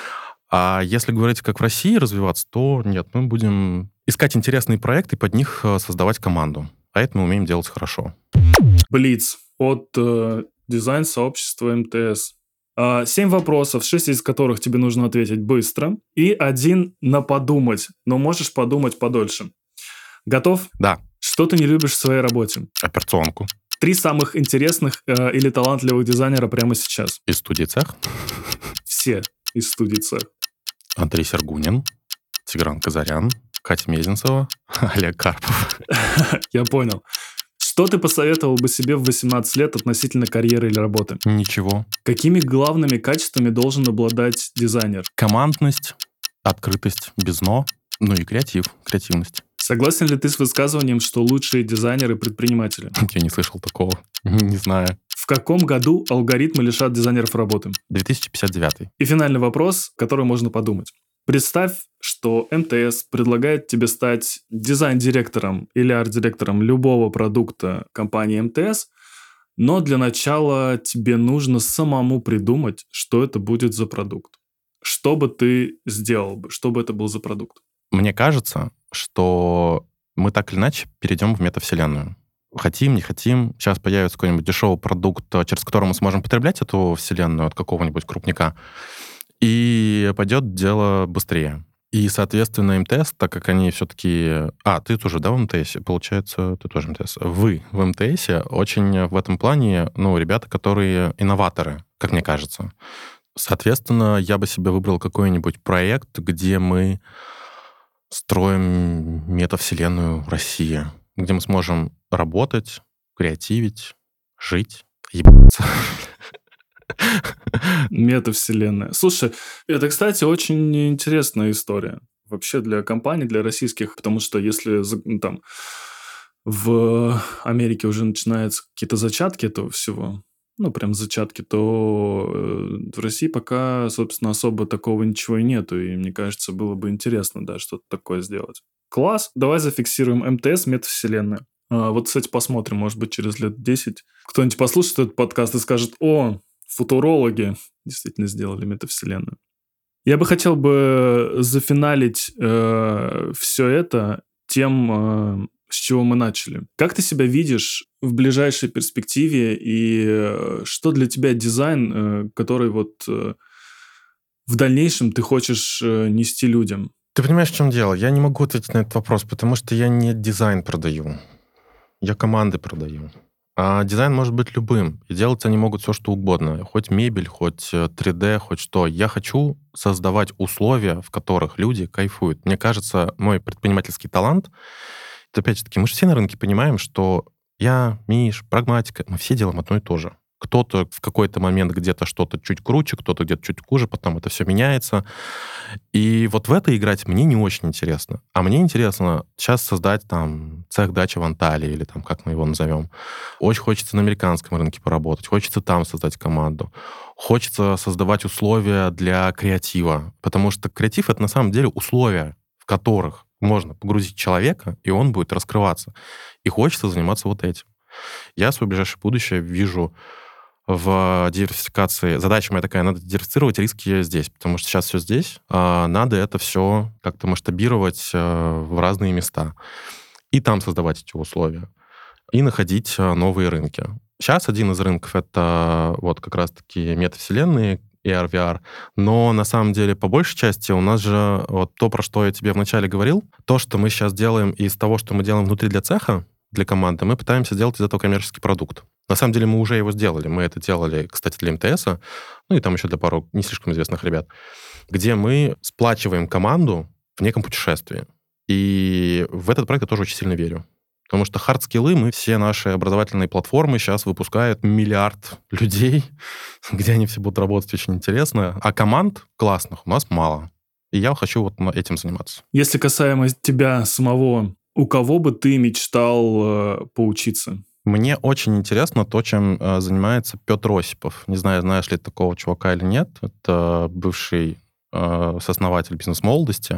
А если говорить, как в России развиваться, то нет, мы будем искать интересные проекты и под них создавать команду. А это мы умеем делать хорошо. Блиц от дизайн-сообщества МТС. 7 вопросов, 6 из которых тебе нужно ответить быстро, и 1 на подумать, но можешь подумать подольше. Готов? Да. Что ты не любишь в своей работе? Операционку. 3 самых интересных или талантливых дизайнера прямо сейчас. Из студии «Цех». Все из студии «Цех». Андрей Сергунин, Тигран Казарян, Катя Мезенцева, Олег Карпов. Я понял. Что ты посоветовал бы себе в 18 лет относительно карьеры или работы? Ничего. Какими главными качествами должен обладать дизайнер? Командность, открытость, без «но», и креативность. Согласен ли ты с высказыванием, что лучшие дизайнеры — предприниматели? Я не слышал такого. Не знаю. В каком году алгоритмы лишат дизайнеров работы? 2059. И финальный вопрос, который можно подумать. Представь, что МТС предлагает тебе стать дизайн-директором или арт-директором любого продукта компании МТС, но для начала тебе нужно самому придумать, что это будет за продукт. Что бы ты сделал бы? Что бы это был за продукт? Мне кажется, что мы так или иначе перейдем в метавселенную. Хотим, не хотим, сейчас появится какой-нибудь дешевый продукт, через который мы сможем потреблять эту вселенную от какого-нибудь крупника, и пойдет дело быстрее. И, соответственно, МТС, так как они все-таки... ты тоже, да, в МТСе? Получается, ты тоже МТС. Вы в МТСе очень в этом плане, ребята, которые инноваторы, как мне кажется. Соответственно, я бы себе выбрал какой-нибудь проект, где мы строим метавселенную России, где мы сможем работать, креативить, жить, ебаться. Метавселенная. Слушай, это, кстати, очень интересная история. Вообще для компаний, для российских, потому что если там в Америке уже начинаются какие-то зачатки этого всего, прям зачатки, то в России пока, собственно, особо такого ничего и нету. И мне кажется, было бы интересно, да, что-то такое сделать. Класс, давай зафиксируем МТС, метавселенная. Вот, кстати, посмотрим, может быть, через лет 10 кто-нибудь послушает этот подкаст и скажет: о, футурологи действительно сделали метавселенную. Я бы хотел бы зафиналить все это тем, с чего мы начали. Как ты себя видишь в ближайшей перспективе, и что для тебя дизайн, который в дальнейшем ты хочешь нести людям? Ты понимаешь, в чем дело? Я не могу ответить на этот вопрос, потому что я не дизайн продаю. Я команды продаю. А дизайн может быть любым. И делать они могут все, что угодно. Хоть мебель, хоть 3D, хоть что. Я хочу создавать условия, в которых люди кайфуют. Мне кажется, мой предпринимательский талант... Опять же таки, мы же все на рынке понимаем, что я, Миш, прагматика, мы все делаем одно и то же. Кто-то в какой-то момент где-то что-то чуть круче, кто-то где-то чуть хуже, потом это все меняется. И вот в это играть мне не очень интересно. А мне интересно сейчас создать там цех дачи в Анталии, или там как мы его назовем. Очень хочется на американском рынке поработать, хочется там создать команду. Хочется создавать условия для креатива, потому что креатив — это на самом деле условия, в которых можно погрузить человека, и он будет раскрываться. И хочется заниматься вот этим. Я в свое ближайшее будущее вижу в диверсификации. Задача моя такая: надо диверсифицировать риски здесь, потому что сейчас все здесь, а надо это все как-то масштабировать в разные места. И там создавать эти условия. И находить новые рынки. Сейчас один из рынков — это вот как раз-таки метавселенные, AR, VR. Но на самом деле, по большей части, у нас же вот то, про что я тебе вначале говорил, то, что мы сейчас делаем из того, что мы делаем внутри для цеха, для команды, мы пытаемся сделать из этого коммерческий продукт. На самом деле мы уже его сделали. Мы это делали, кстати, для МТСа, ну и там еще для пару не слишком известных ребят, где мы сплачиваем команду в неком путешествии. И в этот проект я тоже очень сильно верю. Потому что хардскиллы, мы все наши образовательные платформы сейчас выпускают миллиард людей, где они все будут работать очень интересно. А команд классных у нас мало. И я хочу вот этим заниматься. Если касаемо тебя самого, у кого бы ты мечтал поучиться? Мне очень интересно то, чем занимается Петр Осипов. Не знаю, знаешь ли такого чувака или нет. Это бывший сооснователь бизнес-молодости.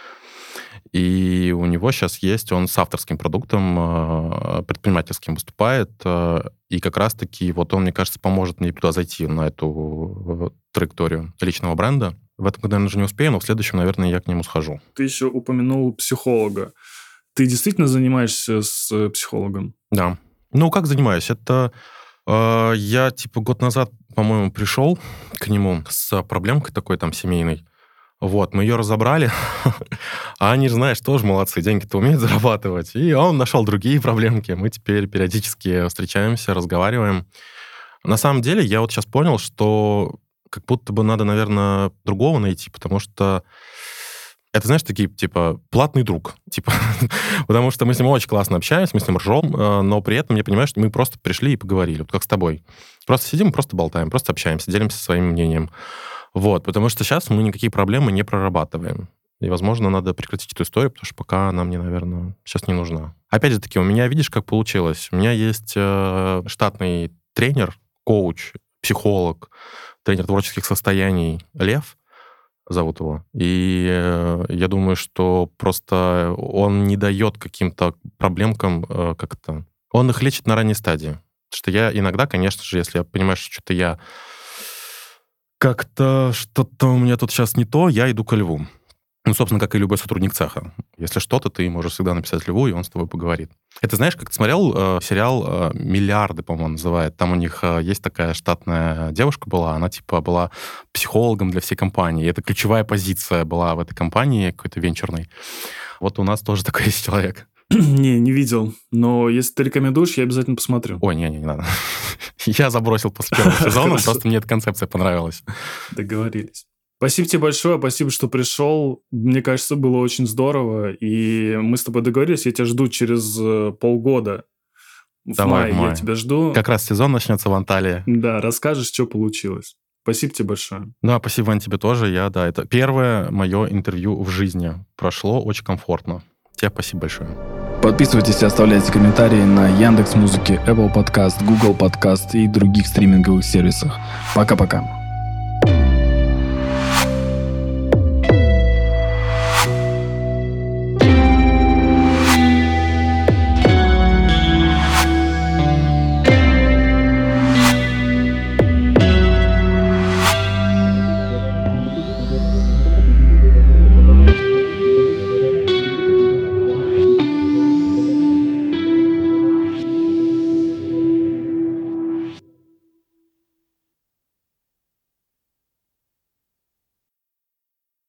И у него сейчас есть, он с авторским продуктом предпринимательским выступает, и как раз-таки вот он, мне кажется, поможет мне туда зайти, на эту траекторию личного бренда. В этом году, наверное, уже не успею, но в следующем, наверное, я к нему схожу. Ты еще упомянул психолога. Ты действительно занимаешься с психологом? Да. Ну, как занимаюсь? Это я, год назад, по-моему, пришел к нему с проблемкой такой там семейной. Вот, мы ее разобрали, а они же, знаешь, тоже молодцы, деньги-то умеют зарабатывать. И он нашел другие проблемки. Мы теперь периодически встречаемся, разговариваем. На самом деле, я вот сейчас понял, что как будто бы надо, наверное, другого найти, потому что это, знаешь, такие, платный друг. Потому что мы с ним очень классно общаемся, мы с ним ржем, но при этом я понимаю, что мы просто пришли и поговорили, вот как с тобой. Просто сидим, просто болтаем, просто общаемся, делимся своим мнением. Вот, потому что сейчас мы никакие проблемы не прорабатываем. И, возможно, надо прекратить эту историю, потому что пока она мне, наверное, сейчас не нужна. Опять же таки, у меня, видишь, как получилось? У меня есть штатный тренер, коуч, психолог, тренер творческих состояний Лев, зовут его. И я думаю, что просто он не дает каким-то проблемкам как-то... Он их лечит на ранней стадии. Потому что я иногда, конечно же, если я понимаю, что что-то я... Как-то что-то у меня тут сейчас не то, я иду ко Льву. Ну, собственно, как и любой сотрудник цеха. Если что-то, ты можешь всегда написать Льву, и он с тобой поговорит. Это знаешь, как ты смотрел сериал «Миллиарды», по-моему, называют. Там у них есть такая штатная девушка была, она была психологом для всей компании. И это ключевая позиция была в этой компании, какой-то венчурной. Вот у нас тоже такой есть человек. Не видел. Но если ты рекомендуешь, я обязательно посмотрю. Ой, не надо. Я забросил после первого сезона, просто мне эта концепция понравилась. Договорились. Спасибо тебе большое, спасибо, что пришел. Мне кажется, было очень здорово. И мы с тобой договорились, я тебя жду через полгода. В мае я тебя жду. Как раз сезон начнется в Анталии. Да, расскажешь, что получилось. Спасибо тебе большое. Да, спасибо, Вань, тебе тоже. Это первое мое интервью в жизни. Прошло очень комфортно. Тебе спасибо большое. Подписывайтесь и оставляйте комментарии на Яндекс.Музыке, Apple Podcast, Google Podcast и других стриминговых сервисах. Пока-пока.